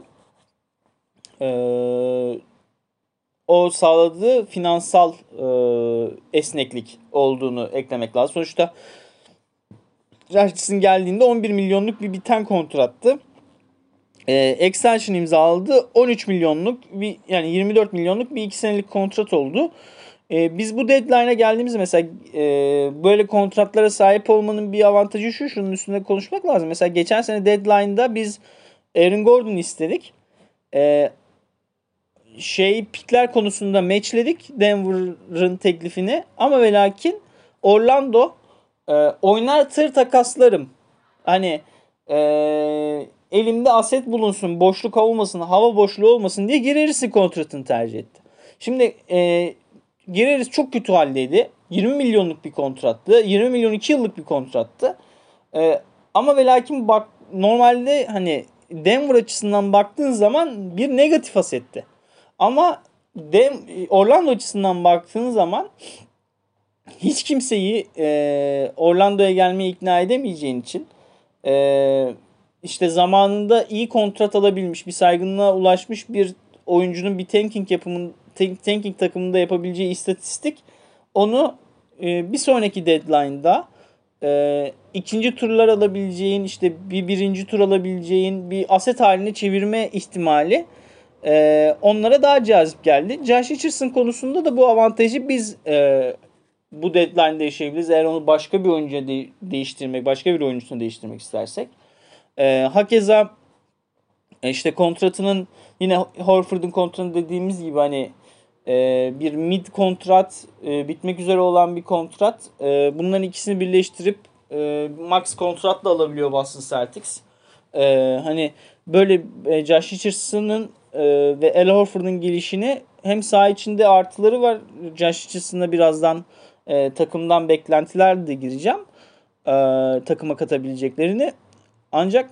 o sağladığı finansal esneklik olduğunu eklemek lazım. Sonuçta Josh Richardson geldiğinde 11 milyonluk bir biten kontrattı. Extension imzaladı. 13 milyonluk yani 24 milyonluk bir 2 senelik kontrat oldu. Biz bu deadline'a geldiğimizde mesela böyle kontratlara sahip olmanın bir avantajı şu. Şunun üstünde konuşmak lazım. Mesela geçen sene deadline'da biz Aaron Gordon istedik. Pikler konusunda matchledik Denver'ın teklifini. Ama ve lakin Orlando oynatır takaslarım. Hani elimde aset bulunsun, boşluk olmasın, hava boşluğu olmasın diye Gary Harris'in kontratını tercih etti. Şimdi Gary Harris çok kötü haldeydi. 20 milyonluk bir kontrattı. 20 milyon 2 yıllık bir kontrattı. Ama ve lakin bak normalde hani Denver açısından baktığın zaman bir negatif asetti. Ama Orlando açısından baktığın zaman hiç kimseyi Orlando'ya gelmeye ikna edemeyeceğin için işte zamanında iyi kontrat alabilmiş, bir saygınlığa ulaşmış bir oyuncunun bir tanking takımında yapabileceği istatistik onu bir sonraki deadline'da ikinci turlar alabileceğin, işte birinci tur alabileceğin bir aset haline çevirme ihtimali onlara daha cazip geldi. Josh Richardson konusunda da bu avantajı biz bu deadline'da yaşayabiliriz. Eğer onu başka bir oyuncuya değiştirmek, başka bir oyuncusuna değiştirmek istersek. Hakeza işte kontratının yine Horford'un kontratı dediğimiz gibi hani bir mid kontrat, bitmek üzere olan bir kontrat. Bunların ikisini birleştirip max kontratla alabiliyor Boston Celtics. Hani böyle Josh Richardson'ın ve Al Horford'un gelişini hem saha içinde artıları var. Josh Richardson'a birazdan takımdan beklentilerle de gireceğim. Takıma katabileceklerini. Ancak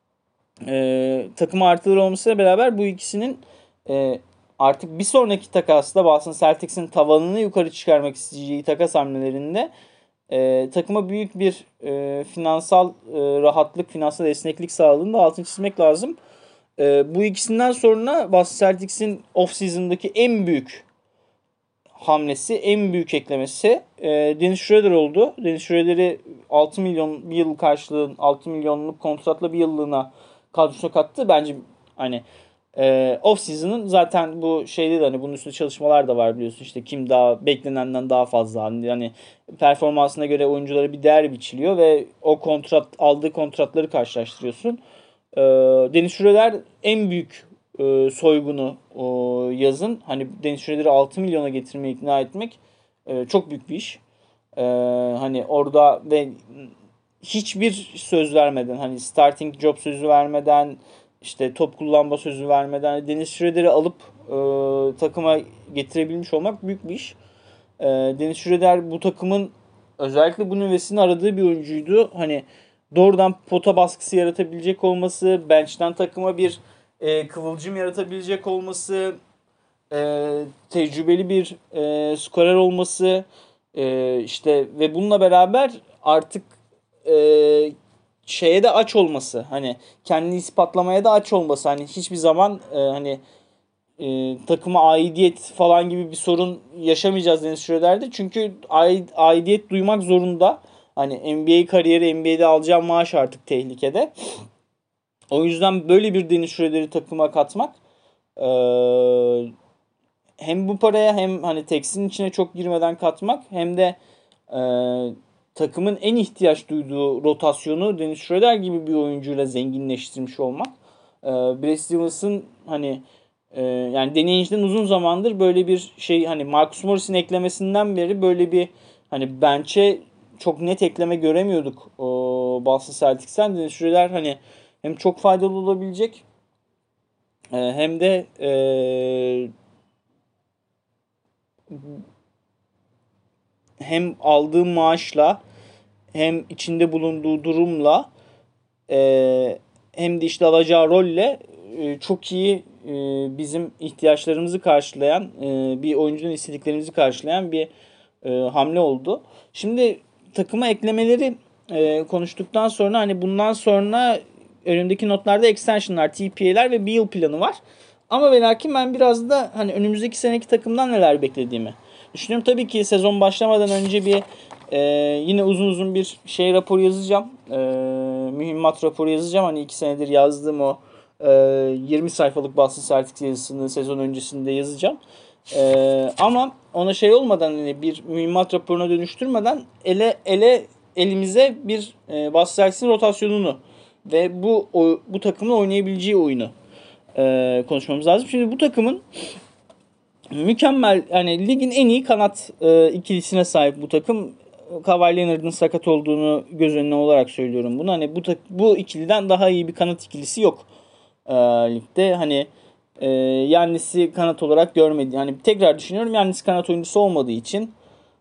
takıma artıları olmasıyla beraber bu ikisinin artık bir sonraki takasda Boston Celtics'in tavanını yukarı çıkarmak isteyeceği takas hamlelerinde takıma büyük bir finansal rahatlık, finansal esneklik sağladığını da altını çizmek lazım. Bu ikisinden sonra Boston Celtics'in off-season'daki en büyük hamlesi, en büyük eklemesi Dennis Schroeder oldu. Dennis Schroeder'i 6 milyon bir yıl karşılığın 6 milyonluk kontratla bir yıllığına kadrosuna kattı. Bence hani off season'ın zaten bu şeyde de hani bunun üstünde çalışmalar da var biliyorsun. İşte kim daha beklenenden daha fazla hani performansına göre oyunculara bir değer biçiliyor ve o aldığı kontratları karşılaştırıyorsun. Dennis Schroeder en büyük soygunu yazın. Hani Dennis Schroeder'i 6 milyona getirmeyi ikna etmek çok büyük bir iş. Hani orada ve hiçbir söz vermeden, hani starting job sözü vermeden, işte top kullanma sözü vermeden Dennis Schroeder'i alıp takıma getirebilmiş olmak büyük bir iş. Dennis Schroeder bu takımın özellikle bu nüvesini aradığı bir oyuncuydu. Hani doğrudan pota baskısı yaratabilecek olması, bench'ten takıma bir kıvılcım yaratabilecek olması, tecrübeli bir skorer olması, işte ve bununla beraber artık e, şeye de aç olması, hani kendini ispatlamaya da aç olması, hani hiçbir zaman hani takıma aidiyet falan gibi bir sorun yaşamayacağız Dennis Schroeder'de. Çünkü aidiyet duymak zorunda. Hani NBA kariyeri, NBA'de alacağı maaş artık tehlikede. O yüzden böyle bir Dennis Schroeder'i takıma katmak hem bu paraya hem hani Tex'in içine çok girmeden katmak hem de e, takımın en ihtiyaç duyduğu rotasyonu Dennis Schroeder gibi bir oyuncuyla zenginleştirmiş olmak. Brad Stevens'ın hani yani deneyiciden uzun zamandır böyle bir şey, hani Marcus Morris'in eklemesinden beri böyle bir hani bench'e çok net ekleme göremiyorduk Boston Celtics'ten. Dennis Schroeder hani hem çok faydalı olabilecek hem de hem aldığı maaşla hem içinde bulunduğu durumla hem de işte alacağı rolle çok iyi bizim ihtiyaçlarımızı karşılayan bir oyuncunun istediklerimizi karşılayan bir hamle oldu. Şimdi takıma eklemeleri konuştuktan sonra hani bundan sonra önümdeki notlarda extensionlar, TPA'ler ve bir yıl planı var. Ama ve lakin ben biraz da hani önümüzdeki seneki takımdan neler beklediğimi düşünüyorum. Tabii ki sezon başlamadan önce bir yine uzun uzun bir şey rapor yazacağım. Mühimmat raporu yazacağım. Hani 2 senedir yazdığım o 20 sayfalık Boston Celtics yazısını sezon öncesinde yazacağım. Ama ona şey olmadan, hani bir mühimmat raporuna dönüştürmeden elimize bir Boston Celtics'in rotasyonunu ve bu takımın oynayabileceği oyunu konuşmamız lazım. Şimdi bu takımın mükemmel, yani ligin en iyi kanat ikilisine sahip bu takım. Kawhi Leonard'ın sakat olduğunu göz önüne olarak söylüyorum bunu. Hani bu ikiliden daha iyi bir kanat ikilisi yok ligde. Hani Yannis'i kanat olarak görmedi. Hani tekrar düşünüyorum, Yannis kanat oyuncusu olmadığı için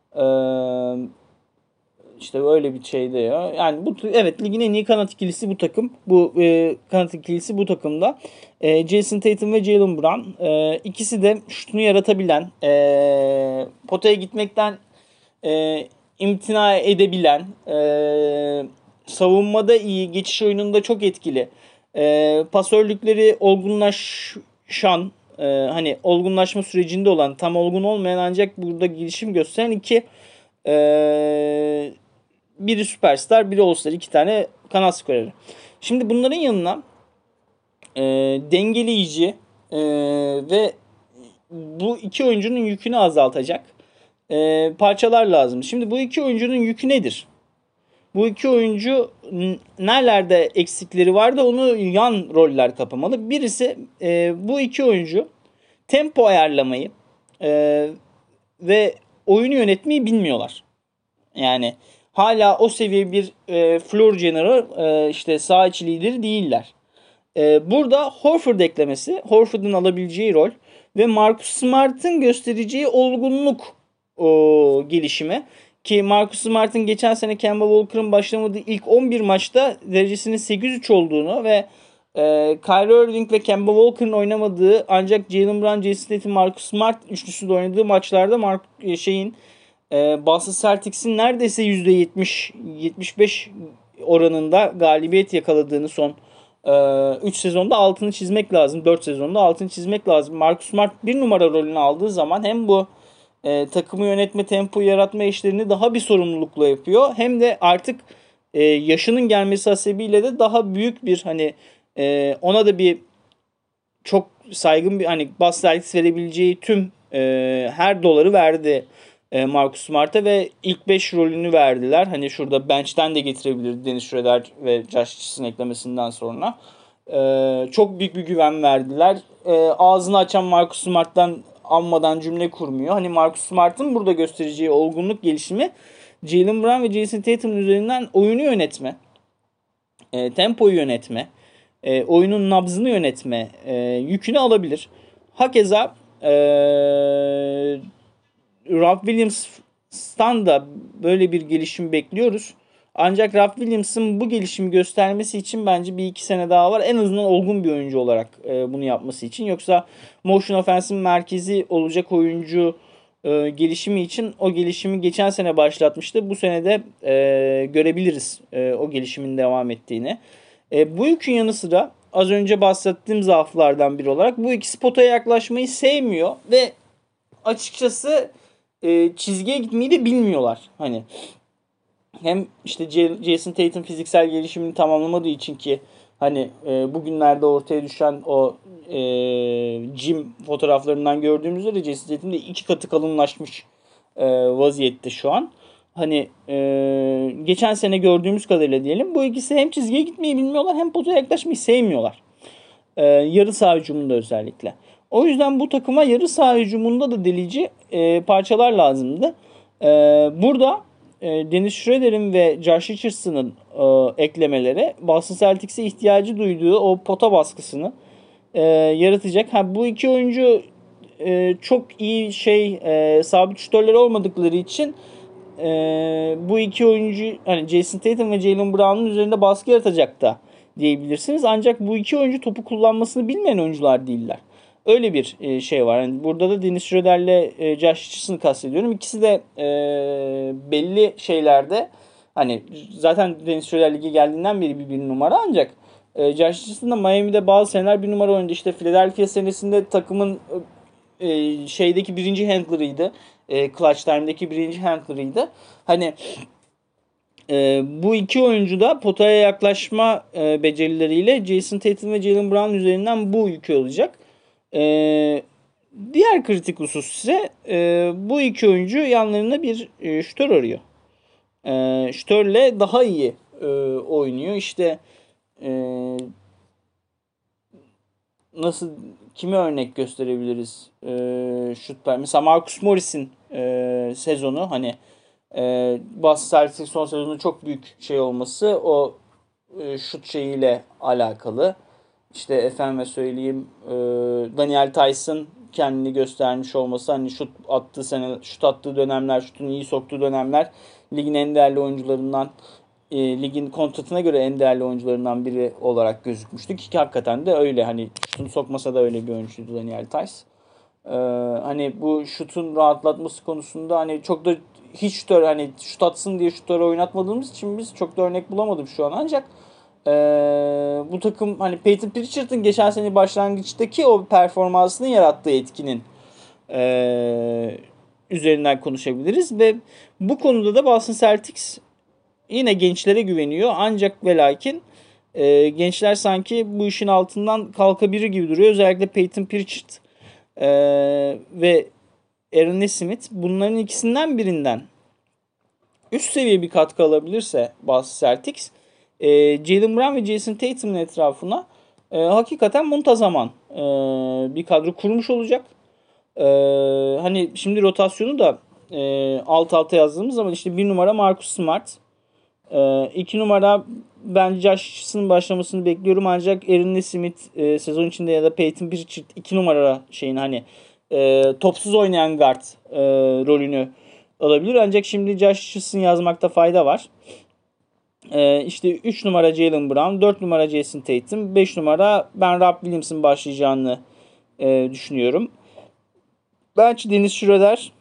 işte böyle bir şeyde ya. Yani evet, ligin en iyi kanat ikilisi bu takım. Bu kanat ikilisi bu takımda. Jason Tatum ve Jaylen Brown. İkisi de şutunu yaratabilen, potaya gitmekten imtina edebilen, savunmada iyi, geçiş oyununda çok etkili. Pasörlükleri olgunlaşan, hani olgunlaşma sürecinde olan, tam olgun olmayan ancak burada gelişim gösteren iki biri süperstar, biri all-star, iki tane kanat skoreri. Şimdi bunların yanına dengeleyici ve bu iki oyuncunun yükünü azaltacak parçalar lazım. Şimdi bu iki oyuncunun yükü nedir? Bu iki oyuncu nerelerde eksikleri var da onu yan roller kapamalı. Birisi bu iki oyuncu tempo ayarlamayı ve oyunu yönetmeyi bilmiyorlar. Yani hala o seviye bir floor general, işte saha içi lideri değiller. Burada Horford eklemesi, Horford'un alabileceği rol ve Marcus Smart'ın göstereceği olgunluk gelişimi, ki Marcus Smart'ın geçen sene Kemba Walker'ın başlamadığı ilk 11 maçta derecesinin 8-3 olduğunu ve Kyrie Irving ve Kemba Walker'ın oynamadığı ancak Jaylen Brown, Jason Tatum, Marcus Smart üçlüsü de oynadığı maçlarda Boston Celtics'in neredeyse %70-75 oranında galibiyet yakaladığını son 3 sezonda altını çizmek lazım. 4 sezonda altını çizmek lazım. Marcus Smart bir numara rolünü aldığı zaman hem bu takımı yönetme, tempo yaratma işlerini daha bir sorumlulukla yapıyor. Hem de artık yaşının gelmesi hasebiyle de daha büyük bir hani Ona da bir çok saygın bir hani Boston Celtics verebileceği tüm her doları verdi Marcus Smart'a ve ilk 5 rolünü verdiler. Hani şurada bench'ten de getirebilir Dennis Schroeder ve Josh Richardson eklemesinden sonra. Çok büyük bir güven verdiler. Ağzını açan Marcus Smart'tan anmadan cümle kurmuyor. Hani Marcus Smart'ın burada göstereceği olgunluk gelişimi Jaylen Brown ve Jason Tatum'un üzerinden oyunu yönetme, tempoyu yönetme, oyunun nabzını yönetme yükünü alabilir. Hakeza Rob Williams'tan da böyle bir gelişim bekliyoruz. Ancak Rob Williams'ın bu gelişimi göstermesi için bence bir iki sene daha var. En azından olgun bir oyuncu olarak bunu yapması için. Yoksa motion offense'in merkezi olacak oyuncu gelişimi için o gelişimi geçen sene başlatmıştı. Bu sene de görebiliriz o gelişimin devam ettiğini. Bu yükün yanı sıra az önce bahsettiğim zaaflardan biri olarak bu ikisi potaya yaklaşmayı sevmiyor ve açıkçası çizgiye gitmeyi de bilmiyorlar. Hani hem işte Jason Tatum fiziksel gelişimini tamamlamadığı için ki hani bugünlerde ortaya düşen o gym fotoğraflarından gördüğümüz üzere Jason Tatum de 2 katı kalınlaşmış vaziyette şu an. Hani geçen sene gördüğümüz kadarıyla diyelim bu ikisi hem çizgiye gitmeyi bilmiyorlar hem potaya yaklaşmayı sevmiyorlar. Yarı saha hücumunda özellikle. O yüzden bu takıma yarı saha hücumunda da delici parçalar lazımdı. Burada Dennis Schroeder'in ve Josh Richardson'ın eklemeleri Boston Celtics'e ihtiyacı duyduğu o pota baskısını yaratacak. Bu iki oyuncu çok iyi sabit şütörler olmadıkları için bu iki oyuncu hani Jason Tatum ve Jaylen Brown'un üzerinde baskı yaratacak da diyebilirsiniz. Ancak bu iki oyuncu topu kullanmasını bilmeyen oyuncular değiller. Öyle bir şey var. Yani burada da Dennis Schroeder'le Josh Richardson'ı kastediyorum. İkisi de belli şeylerde hani zaten Dennis Schroeder lige geldiğinden beri bir numara ancak Josh Richardson da Miami'de bazı seneler bir numara oynadı. İşte Philadelphia senesinde takımın şeydeki birinci handler'ıydı. Clutch Time'daki birinci handler'ıydı. Hani bu iki oyuncu da potaya yaklaşma becerileriyle Jason Tatum ve Jaylen Brown üzerinden bu yükü alacak. Diğer kritik husus ise bu iki oyuncu yanlarında bir şütör arıyor. Şütörle daha iyi oynuyor. İşte nasıl kime örnek gösterebiliriz? Mesela Marcus Morris'in sezonu hani Boston Celtics'in son sezonu çok büyük şey olması o şut şeyiyle alakalı. İşte efendime söyleyeyim Daniel Tyson kendini göstermiş olması hani şut attığı dönemler, şutun iyi soktuğu dönemler ligin en değerli oyuncularından ligin kontratına göre en değerli oyuncularından biri olarak gözükmüştü ki hakikaten de öyle hani şutunu sokmasa da öyle bir oyuncuydu Daniel Tyson. Hani bu şutun rahatlatması konusunda hani çok da hiç şutör hani şut atsın diye şutörü oynatmadığımız için biz çok da örnek bulamadım şu an ancak bu takım hani Peyton Pritchard'ın geçen sene başlangıçtaki o performansını yarattığı etkinin üzerinden konuşabiliriz ve bu konuda da Boston Celtics yine gençlere güveniyor ancak ve lakin gençler sanki bu işin altından kalkabilir gibi duruyor. Özellikle Peyton Pritchard ve Aaron Nesmith bunların ikisinden birinden üst seviye bir katkı alabilirse Boston Celtics Jaylen Brown ve Jason Tatum'un etrafına hakikaten muntazaman bir kadro kurmuş olacak. Hani şimdi rotasyonu da alt alta yazdığımız zaman işte 1 numara Marcus Smart, 2 numara ben Josh Richardson'ın başlamasını bekliyorum ancak Aaron Nesmith sezon içinde ya da Peyton Pritchard 2 numara şeyin hani topsuz oynayan guard rolünü alabilir. Ancak şimdi Josh Richardson yazmakta fayda var. İşte 3 numara Jaylen Brown, 4 numara Jason Tatum, 5 numara ben Rob Williams'ın başlayacağını düşünüyorum. Belki Dennis Schroeder,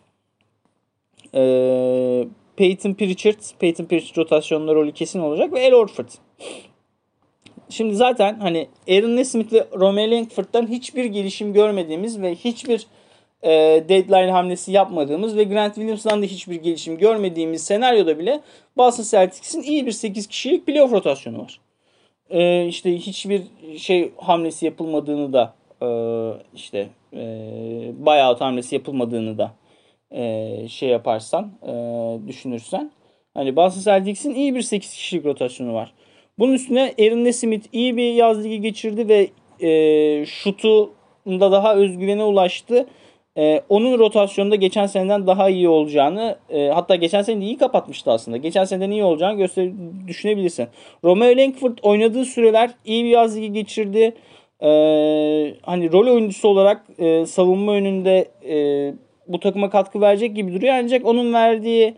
Peyton Pritchard rotasyonunda rolü kesin olacak ve Al Horford. Şimdi zaten hani Aaron Nesmith ve Romeo Langford'dan hiçbir gelişim görmediğimiz ve hiçbir deadline hamlesi yapmadığımız ve Grant Williams'dan da hiçbir gelişim görmediğimiz senaryoda bile Boston Celtics'in iyi bir 8 kişilik playoff rotasyonu var. işte hiçbir şey hamlesi yapılmadığını da işte buyout hamlesi yapılmadığını da şey yaparsan düşünürsen hani Boston Celtics'in iyi bir 8 kişilik rotasyonu var. Bunun üstüne Aaron Nesmith iyi bir yaz ligi geçirdi ve şutunda daha özgüvene ulaştı. Onun rotasyonda geçen seneden daha iyi olacağını hatta geçen sene iyi kapatmıştı aslında. Geçen seneden iyi olacağını düşünebilirsin. Romeo Langford oynadığı süreler iyi bir yaz ligi geçirdi. Hani rol oyuncusu olarak savunma önünde bu takıma katkı verecek gibi duruyor. Ancak onun verdiği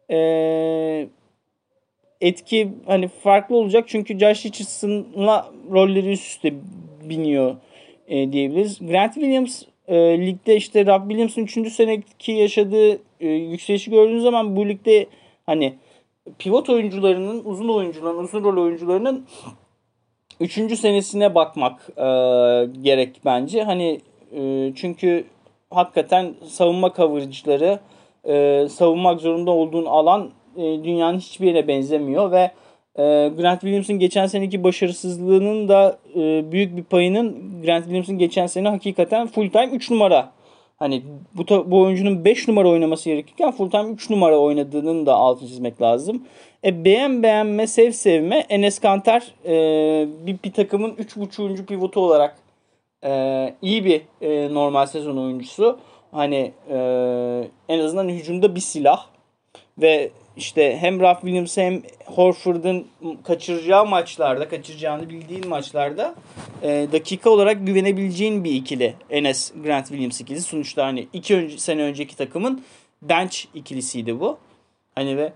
etki hani farklı olacak. Çünkü Josh Richardson'la rolleri üst üste biniyor diyebiliriz. Grant Williams ligde işte Rob Williams'ın 3. seneki yaşadığı yükselişi gördüğünüz zaman bu ligde hani pivot oyuncularının, uzun rol oyuncularının 3. senesine bakmak gerek bence. Hani çünkü hakikaten savunma coverage'ları savunmak zorunda olduğun alan dünyanın hiçbir yerine benzemiyor ve Grant Williams'ın geçen seneki başarısızlığının da büyük bir payının Grant Williams'ın geçen sene hakikaten full time 3 numara. Hani bu oyuncunun 5 numara oynaması gerekirken full time 3 numara oynadığının da altını çizmek lazım. Beğenme, sevme Enes Kanter bir takımın 3.5. pivotu olarak iyi bir normal sezon oyuncusu. Hani en azından hücumda bir silah. Ve işte hem Ralph Williams hem Horford'un kaçıracağını bildiğin maçlarda dakika olarak güvenebileceğin bir ikili Enes Grant Williams ikilisi. Sonuçta hani 2 sene önceki takımın bench ikilisiydi bu. Hani ve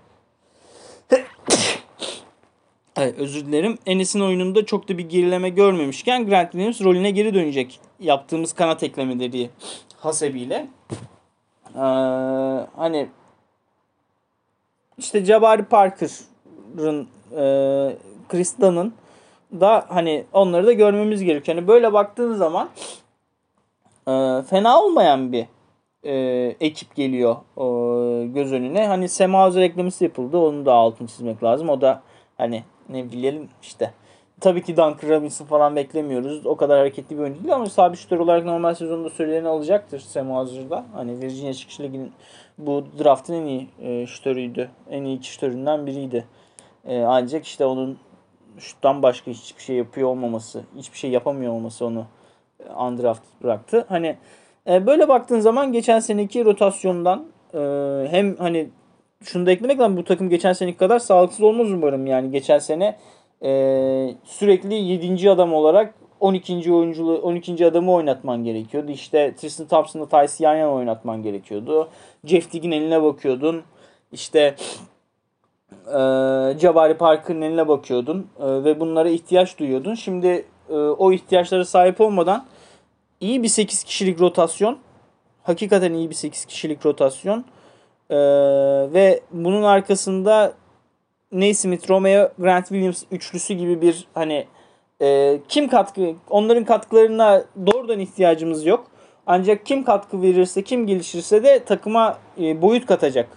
evet, özür dilerim. Enes'in oyununda çok da bir gerileme görmemişken Grant Williams rolüne geri dönecek. Yaptığımız kanat eklemeleri hasebiyle. Hani işte Jabari Parker'ın Chris Dunn'ın da hani onları da görmemiz gerekiyor. Hani böyle baktığın zaman fena olmayan bir ekip geliyor göz önüne. Hani Sema Hauser eklemesi yapıldı. Onu da altını çizmek lazım. O da hani ne bilelim işte. Tabii ki Duncan Robinson falan beklemiyoruz. O kadar hareketli bir oyuncu değil ama sabit şutör olarak normal sezonda sürelerini alacaktır Sema Hauser'da. Hani Virginia çıkış liginin bu draftın en iyi şutörüydü. En iyi iki şutöründen biriydi. Ancak işte onun şuttan başka hiçbir şey yapıyor olmaması, hiçbir şey yapamıyor olması onu undraft bıraktı. Hani böyle baktığın zaman geçen seneki rotasyondan hem hani şunu da eklemek lazım, bu takım geçen seneki kadar sağlıksız olmaz umarım. Yani geçen sene sürekli 7. adam olarak 12. adamı oynatman gerekiyordu. İşte Tristan Thompson'la Tyce yan yana oynatman gerekiyordu. Jeff Teague'in eline bakıyordun. İşte Jabari Parker'ın eline bakıyordun. Ve bunlara ihtiyaç duyuyordun. Şimdi o ihtiyaçlara sahip olmadan iyi bir 8 kişilik rotasyon. Hakikaten iyi bir 8 kişilik rotasyon. Ve bunun arkasında Naismith, Romeo, Grant Williams üçlüsü gibi bir hani onların katkılarına doğrudan ihtiyacımız yok. Ancak kim katkı verirse, kim gelişirse de takıma boyut katacak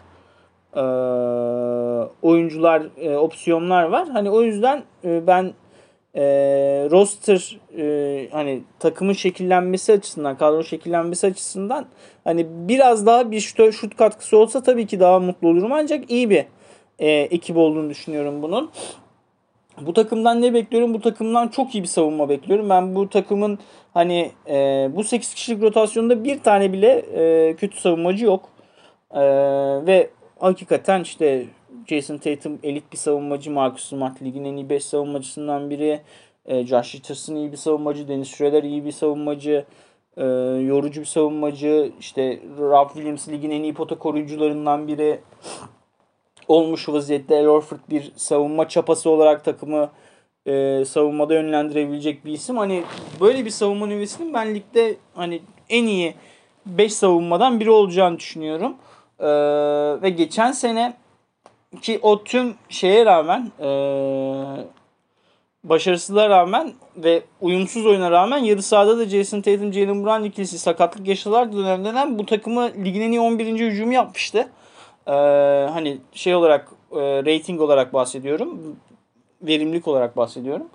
oyuncular, opsiyonlar var. Hani o yüzden ben roster hani takımın şekillenmesi açısından, kadro şekillenmesi açısından hani biraz daha bir şut katkısı olsa tabii ki daha mutlu olurum. Ancak iyi bir ekip olduğunu düşünüyorum bunun. Bu takımdan ne bekliyorum? Bu takımdan çok iyi bir savunma bekliyorum. Ben bu takımın hani bu 8 kişilik rotasyonda bir tane bile kötü savunmacı yok. Ve hakikaten işte Jason Tatum elit bir savunmacı. Marcus Smart ligin en iyi 5 savunmacısından biri. Josh Richardson iyi bir savunmacı. Dennis Schroeder iyi bir savunmacı. Yorucu bir savunmacı. İşte Rob Williams ligin en iyi pota koruyucularından biri olmuş vaziyette. Al Horford bir savunma çapası olarak takımı savunmada yönlendirebilecek bir isim. Hani böyle bir savunma nüvesinin ben ligde hani en iyi 5 savunmadan biri olacağını düşünüyorum. Ve geçen sene ki o tüm şeye rağmen başarısızlığa rağmen ve uyumsuz oyuna rağmen yarı sahada da Jason Tatum, Jaylen Brown ikilisi sakatlık yaşadılar dönemden bu takımı ligin en iyi 11. hücumu yapmıştı. Hani şey olarak rating olarak bahsediyorum. Verimlilik olarak bahsediyorum.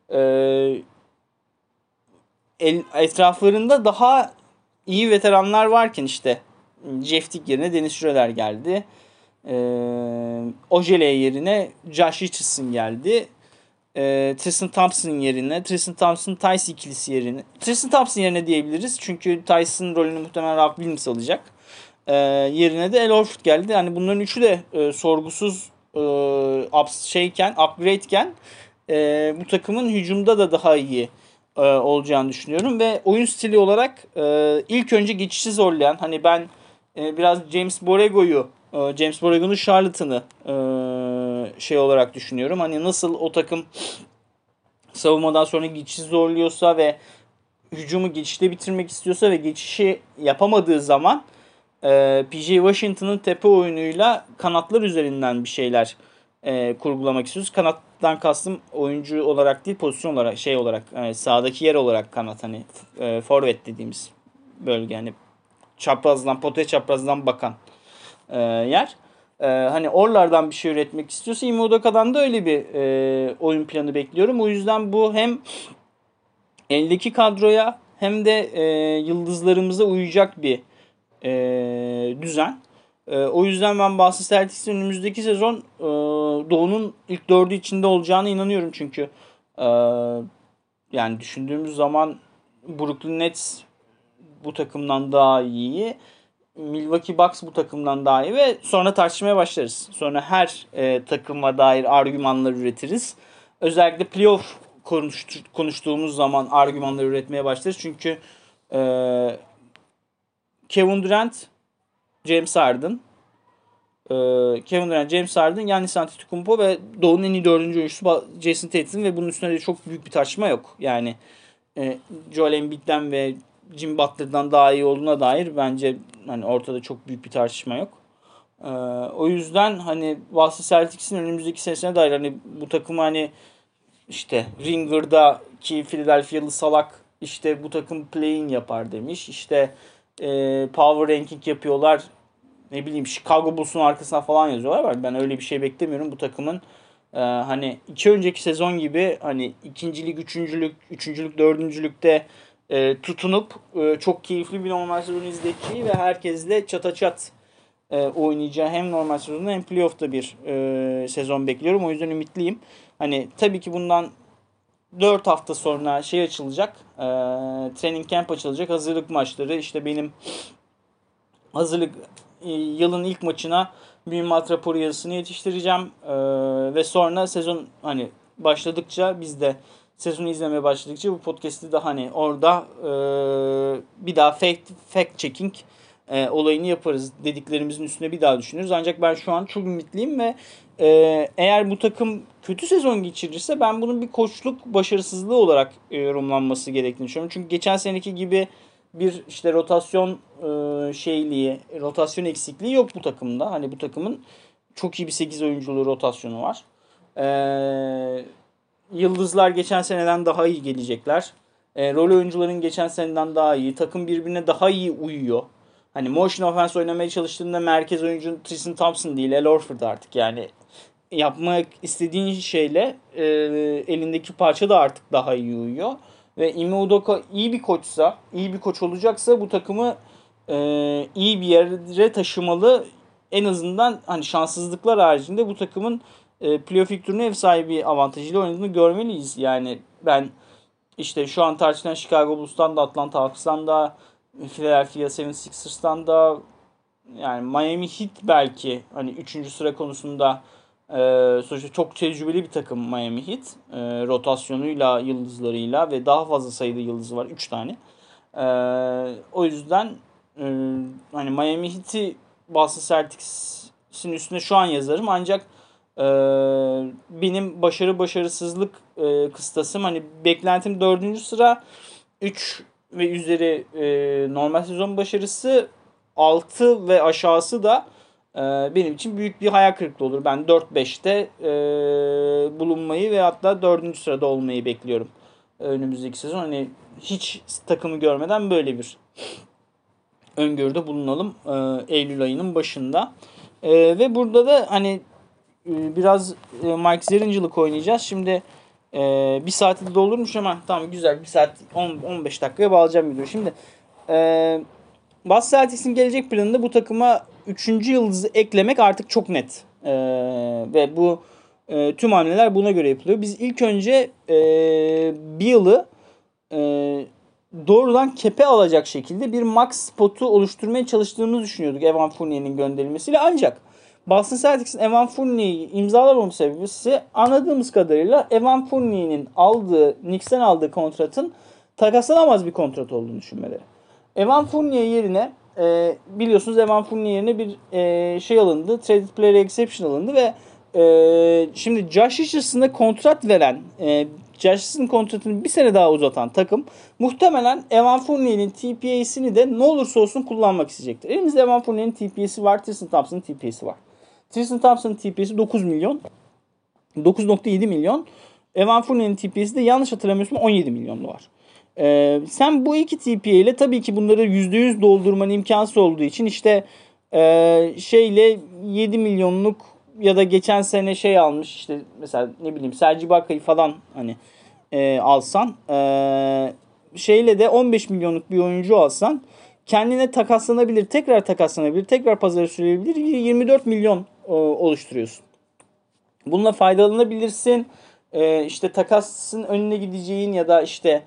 Etraflarında daha iyi veteranlar varken işte Jeff Teague yerine Dennis Schroeder geldi. Ojele yerine Josh Richardson geldi. Tristan Thompson Tice ikilisi yerine Tristan Thompson yerine diyebiliriz. Çünkü Tyson rolünü muhtemelen Rob Williams alacak. Yerine de Al Horford geldi. Yani bunların üçü de sorgusuz upgrade'ken bu takımın hücumda da daha iyi olacağını düşünüyorum ve oyun stili olarak ilk önce geçişi zorlayan, hani ben biraz James Borrego'nun Charlotte'ını şey olarak düşünüyorum. Hani nasıl o takım savunmadan sonra geçişi zorluyorsa ve hücumu geçişte bitirmek istiyorsa ve geçişi yapamadığı zaman PJ Washington'ın tepe oyunuyla kanatlar üzerinden bir şeyler kurgulamak istiyoruz. Kanattan kastım oyuncu olarak değil, pozisyon olarak, şey olarak, sahadaki yer olarak kanat, hani forvet dediğimiz bölge, hani potaya çaprazdan bakan yer. Hani oralardan bir şey üretmek istiyorsa Ime Udoka'dan da öyle bir oyun planı bekliyorum. O yüzden bu hem eldeki kadroya hem de yıldızlarımıza uyacak bir düzen. O yüzden ben Boston Celtics'in önümüzdeki sezon Doğu'nun ilk dördü içinde olacağına inanıyorum. Çünkü yani düşündüğümüz zaman Brooklyn Nets bu takımdan daha iyi. Milwaukee Bucks bu takımdan daha iyi ve sonra tartışmaya başlarız. Sonra her takıma dair argümanlar üretiriz. Özellikle playoff konuştuğumuz zaman argümanlar üretmeye başlarız. Çünkü Kevin Durant, James Harden, Giannis Antetokounmpo ve Doğu'nun en iyi dördüncü oyuncusu Jason Tatum ve bunun üstünde de çok büyük bir tartışma yok. Yani Joel Embiid'den ve Jimmy Butler'dan daha iyi olduğuna dair bence hani ortada çok büyük bir tartışma yok. O yüzden hani Boston Celtics'in önümüzdeki senesine dair hani bu takımı hani işte Ringer'daki Philadelphia'lı salak işte bu takım play-in yapar demiş. İşte power ranking yapıyorlar. Ne bileyim Chicago Bulls'un arkasına falan yazıyorlar. Ben öyle bir şey beklemiyorum. Bu takımın hani iki önceki sezon gibi hani ikincilik, üçüncülük, dördüncülükte tutunup çok keyifli bir normal sezonu izleyeceği ve herkesle çataçat oynayacağı hem normal sezonda hem playoff'ta bir sezon bekliyorum. O yüzden ümitliyim. Hani tabii ki bundan 4 hafta sonra şey açılacak. Training camp açılacak. Hazırlık maçları. İşte benim hazırlık yılın ilk maçına mühimmat raporu yazısını yetiştireceğim. Ve sonra sezon hani başladıkça biz de sezonu izlemeye başladıkça bu podcast'i de hani orada bir daha fact checking olayını yaparız. Dediklerimizin üstüne bir daha düşünürüz. Ancak ben şu an çok ümitliyim ve eğer bu takım kötü sezon geçirirse ben bunun bir koçluk başarısızlığı olarak yorumlanması gerektiğini düşünüyorum. Çünkü geçen seneki gibi bir işte rotasyon eksikliği yok bu takımda. Hani bu takımın çok iyi bir 8 oyunculu rotasyonu var. Yıldızlar geçen seneden daha iyi gelecekler. Rol oyuncuların geçen seneden daha iyi. Takım birbirine daha iyi uyuyor. Hani motion offense oynamaya çalıştığında merkez oyuncu Tristan Thompson değil, Al Horford artık. Yani yapmak istediğin şeyle elindeki parça da artık daha iyi uyuyor. Ve Ime Udoka iyi bir koçsa, iyi bir koç olacaksa bu takımı iyi bir yere taşımalı. En azından hani şanssızlıklar haricinde bu takımın playoff ilk turunu ev sahibi avantajıyla oynadığını görmeliyiz. Yani ben işte şu an tartışılan Chicago Bulls'tan da, Atlanta Hawks'tan da, Philadelphia 76ers'tan da, yani Miami Heat belki hani 3. sıra konusunda sonuçta çok tecrübeli bir takım Miami Heat. Rotasyonuyla, yıldızlarıyla ve daha fazla sayıda yıldızı var. 3 tane. O yüzden hani Miami Heat'i Boston Celtics'in üstüne şu an yazarım. Ancak benim başarısızlık kıstasım hani beklentim 4. sıra, 3 ve üzeri normal sezon başarısı, 6 ve aşağısı da benim için büyük bir hayal kırıklığı olur. Ben 4-5'te bulunmayı ve hatta 4. sırada olmayı bekliyorum önümüzdeki sezon. Hani hiç takımı görmeden böyle bir öngörüde bulunalım Eylül ayının başında. Ve burada da hani biraz Mike Zerincılık oynayacağız. Şimdi Bir saati de doldurmuş ama tamam, güzel, bir saat 15 dakikaya bağlayacağım videoyu. Şimdi Boston Celtics'in gelecek planında bu takıma 3. yıldızı eklemek artık çok net. Ve bu tüm hamleler buna göre yapılıyor. Biz ilk önce bir yılı e, doğrudan kepe alacak şekilde bir max spotu oluşturmaya çalıştığımızı düşünüyorduk Evan Fournier'in gönderilmesiyle. Ancak Boston Celtics'in Evan Fournier'i imzalamam sebebi ise anladığımız kadarıyla Evan Fournier'in Knicks'ten aldığı kontratın takaslanamaz bir kontrat olduğunu düşünmeleri. Evan Fournier yerine biliyorsunuz Evan Fournier yerine bir şey alındı. Traded Player Exception alındı ve şimdi Josh Richardson'a kontrat veren, Josh Richardson'ın kontratını bir sene daha uzatan takım muhtemelen Evan Fournier'in TPA'sini de ne olursa olsun kullanmak isteyecektir. Elimizde Evan Fournier'in TPA'si var, Tristan Thompson'ın TPA'si var. Tristan Thompson'ın TPA'si 9 milyon. 9.7 milyon. Evan Fournier'in TPA'si de yanlış hatırlamıyorsam 17 milyon dolar. Sen bu iki TPA ile tabii ki bunları %100 doldurman imkansız olduğu için işte şeyle 7 milyonluk ya da geçen sene şey almış işte mesela ne bileyim Serge Ibaka'yı falan hani alsan şeyle de 15 milyonluk bir oyuncu alsan kendine takaslanabilir, tekrar pazara sürülebilir 24 milyon oluşturuyorsun. Bununla faydalanabilirsin. İşte takasın önüne gideceğin ya da işte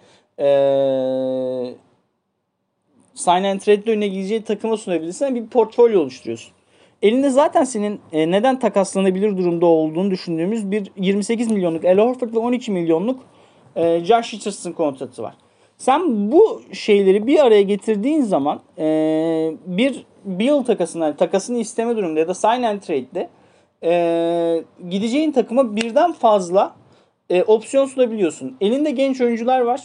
sign and trade'le önüne gideceğin takıma sunabilirsin. Bir portfolyo oluşturuyorsun. Elinde zaten senin neden takaslanabilir durumda olduğunu düşündüğümüz bir 28 milyonluk Al Horford ve 12 milyonluk Josh Richardson kontratı var. Sen bu şeyleri bir araya getirdiğin zaman bir Beal takasını isteme durumunda ya da sign and trade'de gideceğin takıma birden fazla opsiyon sunabiliyorsun. Elinde genç oyuncular var.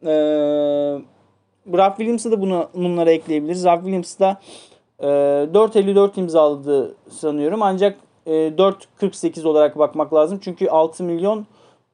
Rob Williams'ı da bunlara ekleyebiliriz. Rob Williams da 4.54 imzaladı sanıyorum. Ancak 4.48 olarak bakmak lazım. Çünkü 6 milyon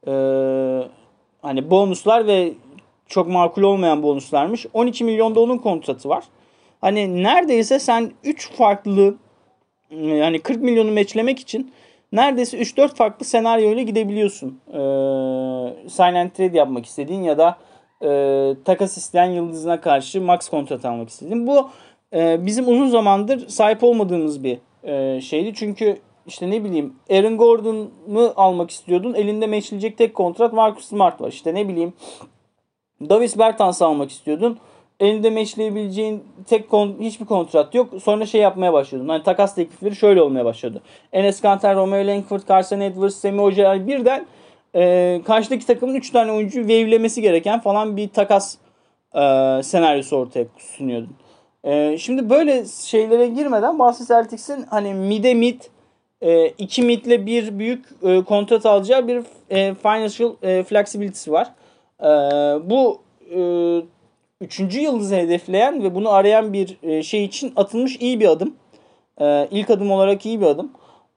hani bonuslar ve çok makul olmayan bonuslarmış. 12 milyonda onun kontratı var. Hani neredeyse sen 3 farklı yani 40 milyonu meçlemek için neredeyse 3-4 farklı senaryo ile gidebiliyorsun. Sign and trade yapmak istediğin ya da takas isteyen yıldızına karşı max kontrat almak istediğin. Bu bizim uzun zamandır sahip olmadığımız bir şeydi. Çünkü işte ne bileyim Aaron Gordon'u almak istiyordun. Elinde meçleyecek tek kontrat Marcus Smart var. İşte ne bileyim Davis Bertans'ı almak istiyordun. Elinde meşleyebileceğin hiçbir kontrat yok. Sonra şey yapmaya başladın. Hani takas teklifleri şöyle olmaya başladı. Enes Kanter, Romeo Langford, Carson Edwards, Semi Ojeleye birden karşıdaki takımın 3 tane oyuncuyu wave'lemesi gereken falan bir takas senaryosu ortaya sunuyordun. Şimdi böyle şeylere girmeden Boston Celtics'in hani mid 2 midle bir büyük kontrat alacağı bir financial flexibility'si var. Bu üçüncü yıldızı hedefleyen ve bunu arayan bir şey için atılmış iyi bir adım. İlk adım olarak iyi bir adım.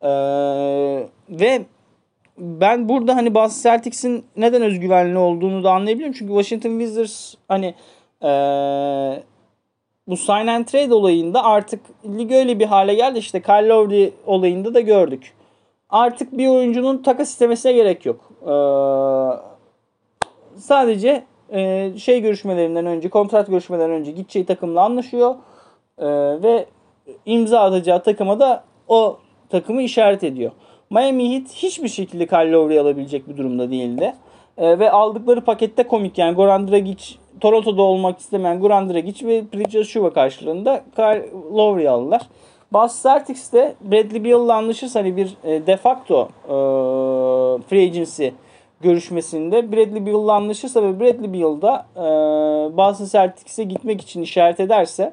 Ve ben burada hani Boston Celtics'in neden özgüvenli olduğunu da anlayabiliyorum. Çünkü Washington Wizards hani bu sign and trade olayında artık lig öyle bir hale geldi. İşte Kyle Lowry olayında da gördük. Artık bir oyuncunun takas istemesine gerek yok. Sadece kontrat görüşmelerinden önce gideceği takımla anlaşıyor ve imza atacağı takıma da o takımı işaret ediyor. Miami Heat hiçbir şekilde Kyle Lowry'i alabilecek bir durumda değildi. Ve aldıkları pakette komik yani Goran Dragic, Toronto'da olmak istemeyen Goran Dragic ve Precious Achiuwa karşılığında Kyle Lowry'i aldılar. Boston Celtics de Bradley Beal'la anlaşırsa hani bir de facto free agency görüşmesinde Bradley Beal'la anlaşırsa ve Bradley Beal'da Boston Celtics'e gitmek için işaret ederse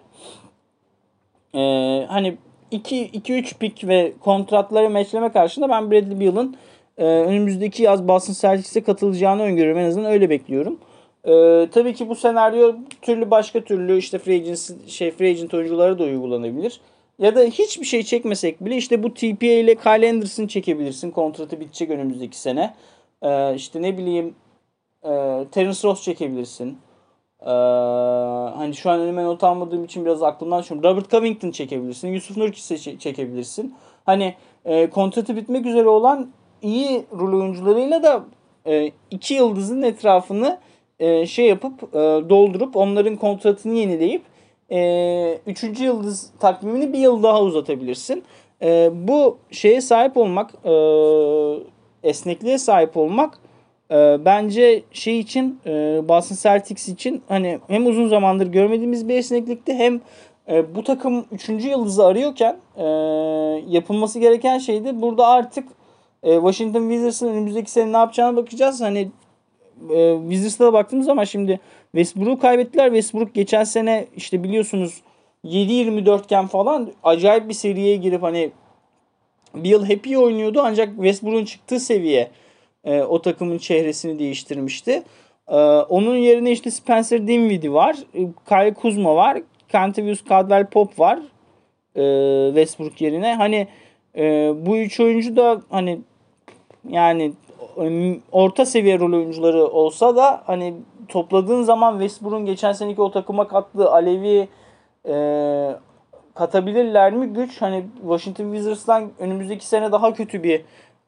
hani 2-3 pick ve kontratları matchleme karşılığında ben Bradley Beal'ın önümüzdeki yaz Boston Celtics'e katılacağını öngörüyorum. En azından öyle bekliyorum. Tabii ki bu senaryo başka türlü işte free agent oyunculara da uygulanabilir. Ya da hiçbir şey çekmesek bile işte bu TPA ile Kyle Anderson çekebilirsin. Kontratı bitecek önümüzdeki sene. İşte ne bileyim Terence Ross çekebilirsin. Hani şu an önüme not almadığım için biraz aklımdan düşüyorum. Robert Covington çekebilirsin. Yusuf Nurkic'i çekebilirsin. Hani kontratı bitmek üzere olan iyi rol oyuncularıyla da iki yıldızın etrafını şey yapıp doldurup onların kontratını yenileyip üçüncü yıldız takvimini bir yıl daha uzatabilirsin. Bu şeye sahip olmak, esnekliğe sahip olmak bence şey için, Boston Celtics için hani hem uzun zamandır görmediğimiz bir esneklikti, hem bu takım üçüncü yıldızı arıyorken yapılması gereken şeydi. Burada artık Washington Wizards'ın önümüzdeki sene ne yapacağına bakacağız. Hani Wizards'a da baktığımız zaman şimdi Westbrook'u kaybettiler. Westbrook geçen sene işte biliyorsunuz 7-24 iken falan acayip bir seriye girip hani bir yıl hep iyi oynuyordu, ancak Westbrook'un çıktığı seviye o takımın çehresini değiştirmişti. Onun yerine işte Spencer Dinwiddie var, Kyle Kuzma var, Kentavious Caldwell-Pope var Westbrook yerine. Hani bu üç oyuncu da hani yani orta seviye rol oyuncuları olsa da hani topladığın zaman Westbrook'un geçen seneki o takıma kattığı alevi e, katabilirler mi? Güç. Hani Washington Wizards'tan önümüzdeki sene daha kötü bir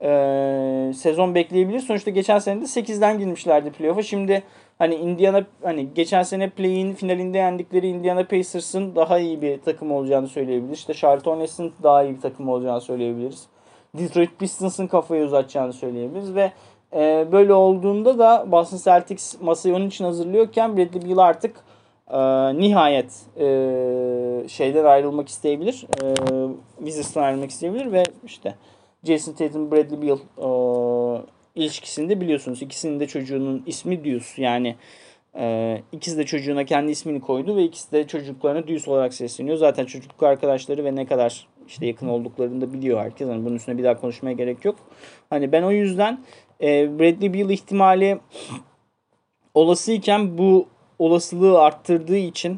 sezon bekleyebilir. Sonuçta geçen sene de 8'den girmişlerdi playoff'a. Şimdi hani Indiana, hani geçen sene play-in finalinde yendikleri Indiana Pacers'ın daha iyi bir takım olacağını söyleyebiliriz. İşte Charlotte Hornets'ın daha iyi bir takım olacağını söyleyebiliriz. Detroit Pistons'ın kafayı uzatacağını söyleyebiliriz ve böyle olduğunda da Boston Celtics masayı onun için hazırlıyorken Bradley Beal artık nihayet şeyden ayrılmak isteyebilir. Wizards'tan ayrılmak isteyebilir ve işte Jason Tatum, Bradley Beal ilişkisinde biliyorsunuz ikisinin de çocuğunun ismi Deuce. Yani ikisi de çocuğuna kendi ismini koydu ve ikisi de çocuklarına Deuce olarak sesleniyor. Zaten çocukluk arkadaşları ve ne kadar işte yakın olduklarını da biliyor herkes. Hani bunun üstüne bir daha konuşmaya gerek yok. Hani ben o yüzden Bradley Beal ihtimali olasıyken bu olasılığı arttırdığı için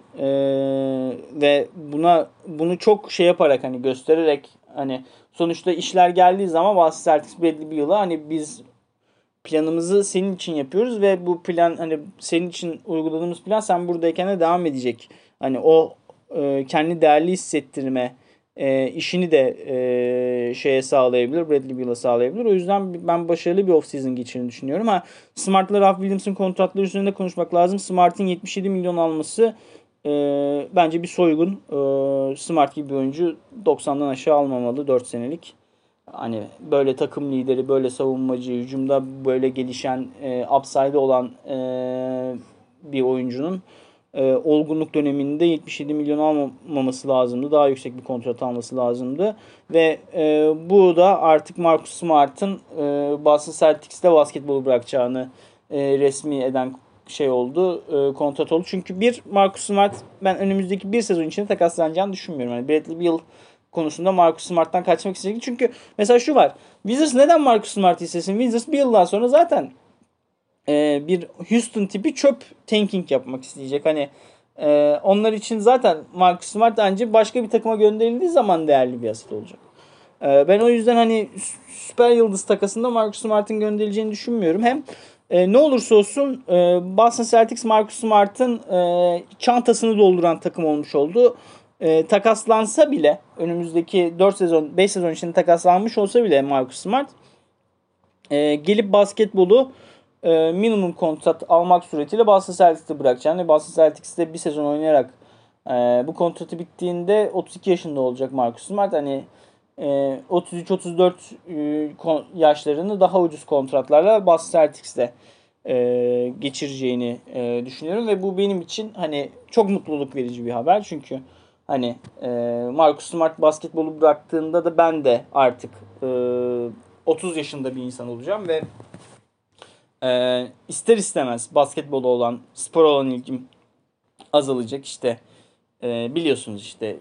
ve bunu çok şey yaparak hani göstererek hani sonuçta işler geldiği zaman Boston Celtics Bradley Beal'a hani biz planımızı senin için yapıyoruz ve bu plan hani senin için uyguladığımız plan sen buradayken de devam edecek. Hani o kendi değerli hissettirme işini de şeye sağlayabilir. Bradley Beal'a sağlayabilir. O yüzden ben başarılı bir off-season geçirdiğini düşünüyorum. Smart'la Ralph Williams'ın kontratları üzerinde konuşmak lazım. Smart'ın 77 milyon alması bence bir soygun. Smart gibi bir oyuncu 90'dan aşağı almamalı 4 senelik. Hani böyle takım lideri, böyle savunmacı, hücumda böyle gelişen, upside'ı olan bir oyuncunun olgunluk döneminde 77 milyon almaması lazımdı. Daha yüksek bir kontrat alması lazımdı. Ve bu da artık Marcus Smart'ın Boston Celtics'te basketbolu bırakacağını resmi eden şey oldu. Kontrat oldu. Çünkü Marcus Smart ben önümüzdeki bir sezon içinde takaslanacağını düşünmüyorum. Yani Bradley Beal konusunda Marcus Smart'tan kaçmak isteyecek. Çünkü mesela şu var. Wizards neden Marcus Smart istesin? Wizards bir yıldan sonra zaten bir Houston tipi çöp tanking yapmak isteyecek. Hani onlar için zaten Marcus Smart ancak başka bir takıma gönderildiği zaman değerli bir aset olacak. Ben o yüzden hani süper yıldız takasında Marcus Smart'ın gönderileceğini düşünmüyorum. Hem ne olursa olsun Boston Celtics Marcus Smart'ın çantasını dolduran takım olmuş oldu. Takaslansa bile önümüzdeki 4 sezon 5 sezon içinde takaslanmış olsa bile Marcus Smart gelip basketbolu minimum kontrat almak suretiyle Boston Celtics'te bırakacağını ve Boston Celtics'te bir sezon oynayarak bu kontratı bittiğinde 32 yaşında olacak Marcus Smart. Hani 33-34 yaşlarını daha ucuz kontratlarla Boston Celtics'te geçireceğini düşünüyorum ve bu benim için hani çok mutluluk verici bir haber. Çünkü hani Marcus Smart basketbolu bıraktığında da ben de artık 30 yaşında bir insan olacağım ve ister istemez basketbola olan, spora olan ilgim azalacak. İşte biliyorsunuz işte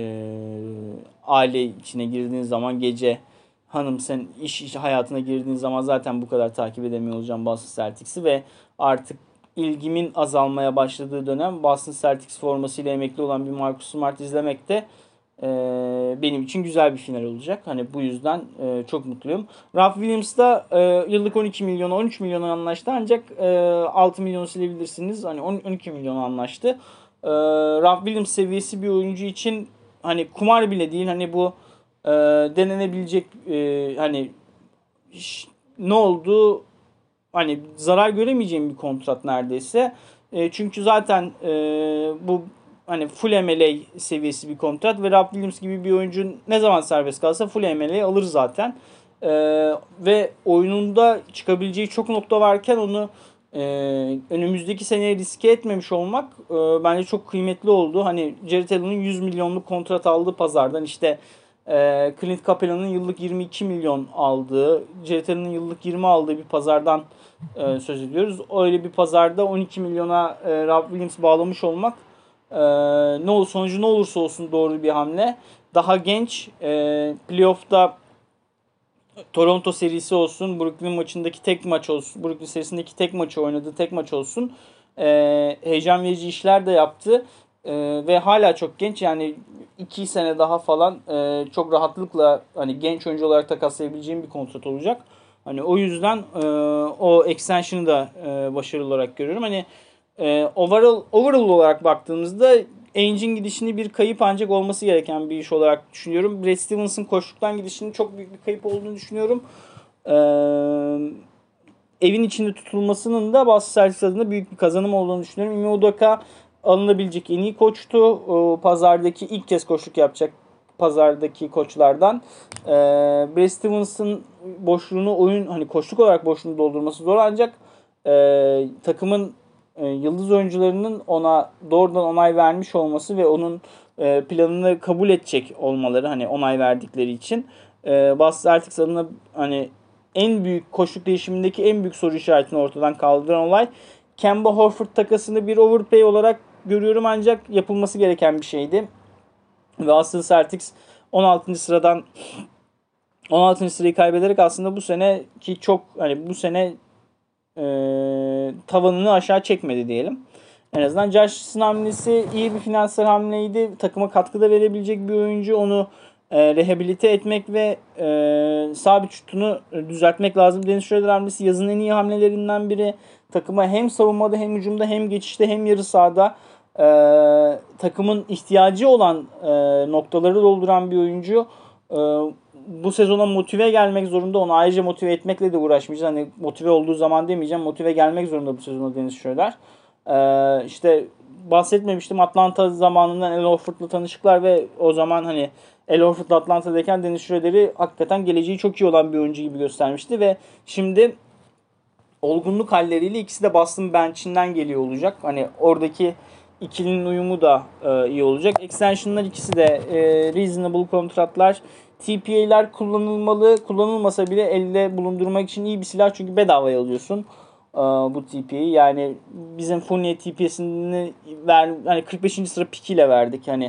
aile içine girdiğin zaman gece hanım sen iş hayatına girdiğin zaman zaten bu kadar takip edemiyor olacağım Boston Celtics'i ve artık ilgimin azalmaya başladığı dönem Boston Celtics formasıyla emekli olan bir Marcus Smart izlemek de benim için güzel bir final olacak. Hani bu yüzden çok mutluyum. Ralph Williams da yıllık 12 milyona 13 milyona anlaştı ancak 6 milyonu silebilirsiniz. Hani 12 milyona anlaştı. Ralph Williams seviyesi bir oyuncu için hani kumar bile değil. Hani bu denenebilecek hani ne oldu? hani zarar göremeyeceğim bir kontrat neredeyse. Çünkü zaten bu hani full MLA seviyesi bir kontrat ve Rob Williams gibi bir oyuncu ne zaman serbest kalsa full MLA alır zaten. Ve oyununda çıkabileceği çok nokta varken onu önümüzdeki seneye riske etmemiş olmak bence çok kıymetli oldu. Hani Jared Allen'ın 100 milyonluk kontrat aldığı pazardan işte Clint Capela'nın yıllık 22 milyon aldığı, Jared Allen'ın yıllık 20 aldığı bir pazardan söz ediyoruz. Öyle bir pazarda 12 milyona Rob Williams bağlamış olmak sonucu ne olursa olsun doğru bir hamle. Daha genç, playoff'ta Toronto serisi olsun, Brooklyn maçındaki tek maç olsun, Brooklyn serisindeki tek maçı oynadığı tek maç olsun. Heyecan verici işler de yaptı. Ve hala çok genç, yani 2 sene daha falan çok rahatlıkla hani genç oyuncu olarak takaslayabileceğim bir kontrat olacak. Hani o yüzden o extension'ı da başarılı olarak görüyorum. Hani overall olarak baktığımızda Ainge'in gidişini bir kayıp ancak olması gereken bir iş olarak düşünüyorum. Brad Stevens'ın koçluktan gidişinin çok büyük bir kayıp olduğunu düşünüyorum. Evin içinde tutulmasının da Boston Celtics adına büyük bir kazanım olduğunu düşünüyorum. Ime Udoka alınabilecek en iyi koçtu. Pazardaki ilk kez koçluk yapacak pazardaki koçlardan. Brad Stevens'ın boşluğunu hani koçluk olarak boşluğunu doldurması zor, ancak takımın yıldız oyuncularının ona doğrudan onay vermiş olması ve onun planını kabul edecek olmaları, hani onay verdikleri için Boston Celtics adına hani en büyük koçluk değişimindeki en büyük soru işaretini ortadan kaldıran olay. Kemba Horford takasını bir overpay olarak görüyorum, ancak yapılması gereken bir şeydi. Ve aslında Celtics 16. sıradan 16. sırayı kaybederek aslında bu sene ki çok hani bu sene tavanını aşağı çekmedi diyelim. En azından Josh'ın hamlesi iyi bir finansal hamleydi. Takıma katkı da verebilecek bir oyuncu. Onu rehabilite etmek ve sabit şutunu düzeltmek lazım. Dennis Schroeder hamlesi yazın en iyi hamlelerinden biri. Takıma hem savunmada hem hücumda hem geçişte hem yarı sahada takımın ihtiyacı olan noktaları dolduran bir oyuncu. Bu sezona motive gelmek zorunda. Onu ayrıca motive etmekle de uğraşmayacağız. Hani motive olduğu zaman demeyeceğim. Motive gelmek zorunda bu sezona Dennis Schroeder. İşte bahsetmemiştim, Atlanta zamanından Al Horford'la tanışıklar ve o zaman hani Al Horford'la Atlanta'dayken Dennis Schroeder'i hakikaten geleceği çok iyi olan bir oyuncu gibi göstermişti ve şimdi olgunluk halleriyle ikisi de Boston bench'inden geliyor olacak. Hani oradaki ikilinin uyumu da iyi olacak. Extension'lar ikisi de reasonable kontratlar. TPA'ler kullanılmalı. Kullanılmasa bile elde bulundurmak için iyi bir silah, çünkü bedavaya alıyorsun bu TPA'yı. Yani bizim Fournier TPA'sini hani 45. sıra pikiyle verdik. Hani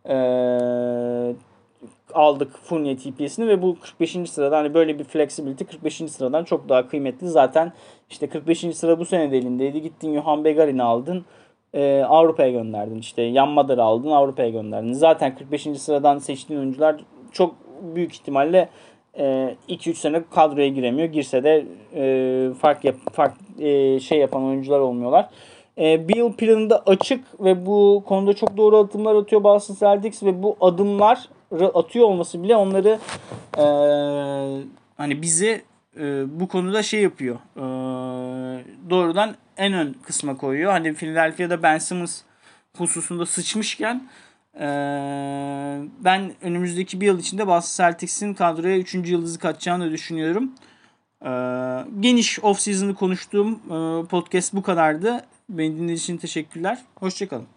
aldık Fournier TPS'ini ve bu 45. sırada hani böyle bir flexibility 45. sıradan çok daha kıymetli. Zaten işte 45. sıra bu sene de elindeydi. Gittin Johan Begarin'i aldın. Avrupa'ya gönderdin. İşte Jan Mader'ı aldın, Avrupa'ya gönderdin. Zaten 45. sıradan seçtiğin oyuncular çok büyük ihtimalle 2-3 sene kadroya giremiyor. Girse de şey yapan oyuncular olmuyorlar. Bill planında açık ve bu konuda çok doğru adımlar atıyor Boston Celtics ve bu adımlar atıyor olması bile onları hani bizi bu konuda şey yapıyor. Doğrudan en ön kısma koyuyor. Hani Philadelphia'da Ben Simmons hususunda sıçmışken ben önümüzdeki bir yıl içinde Boston Celtics'in kadroya 3. yıldızı katacağını düşünüyorum. Geniş off-season'ı konuştuğum podcast bu kadardı. Beni dinlediğiniz için teşekkürler. Hoşçakalın.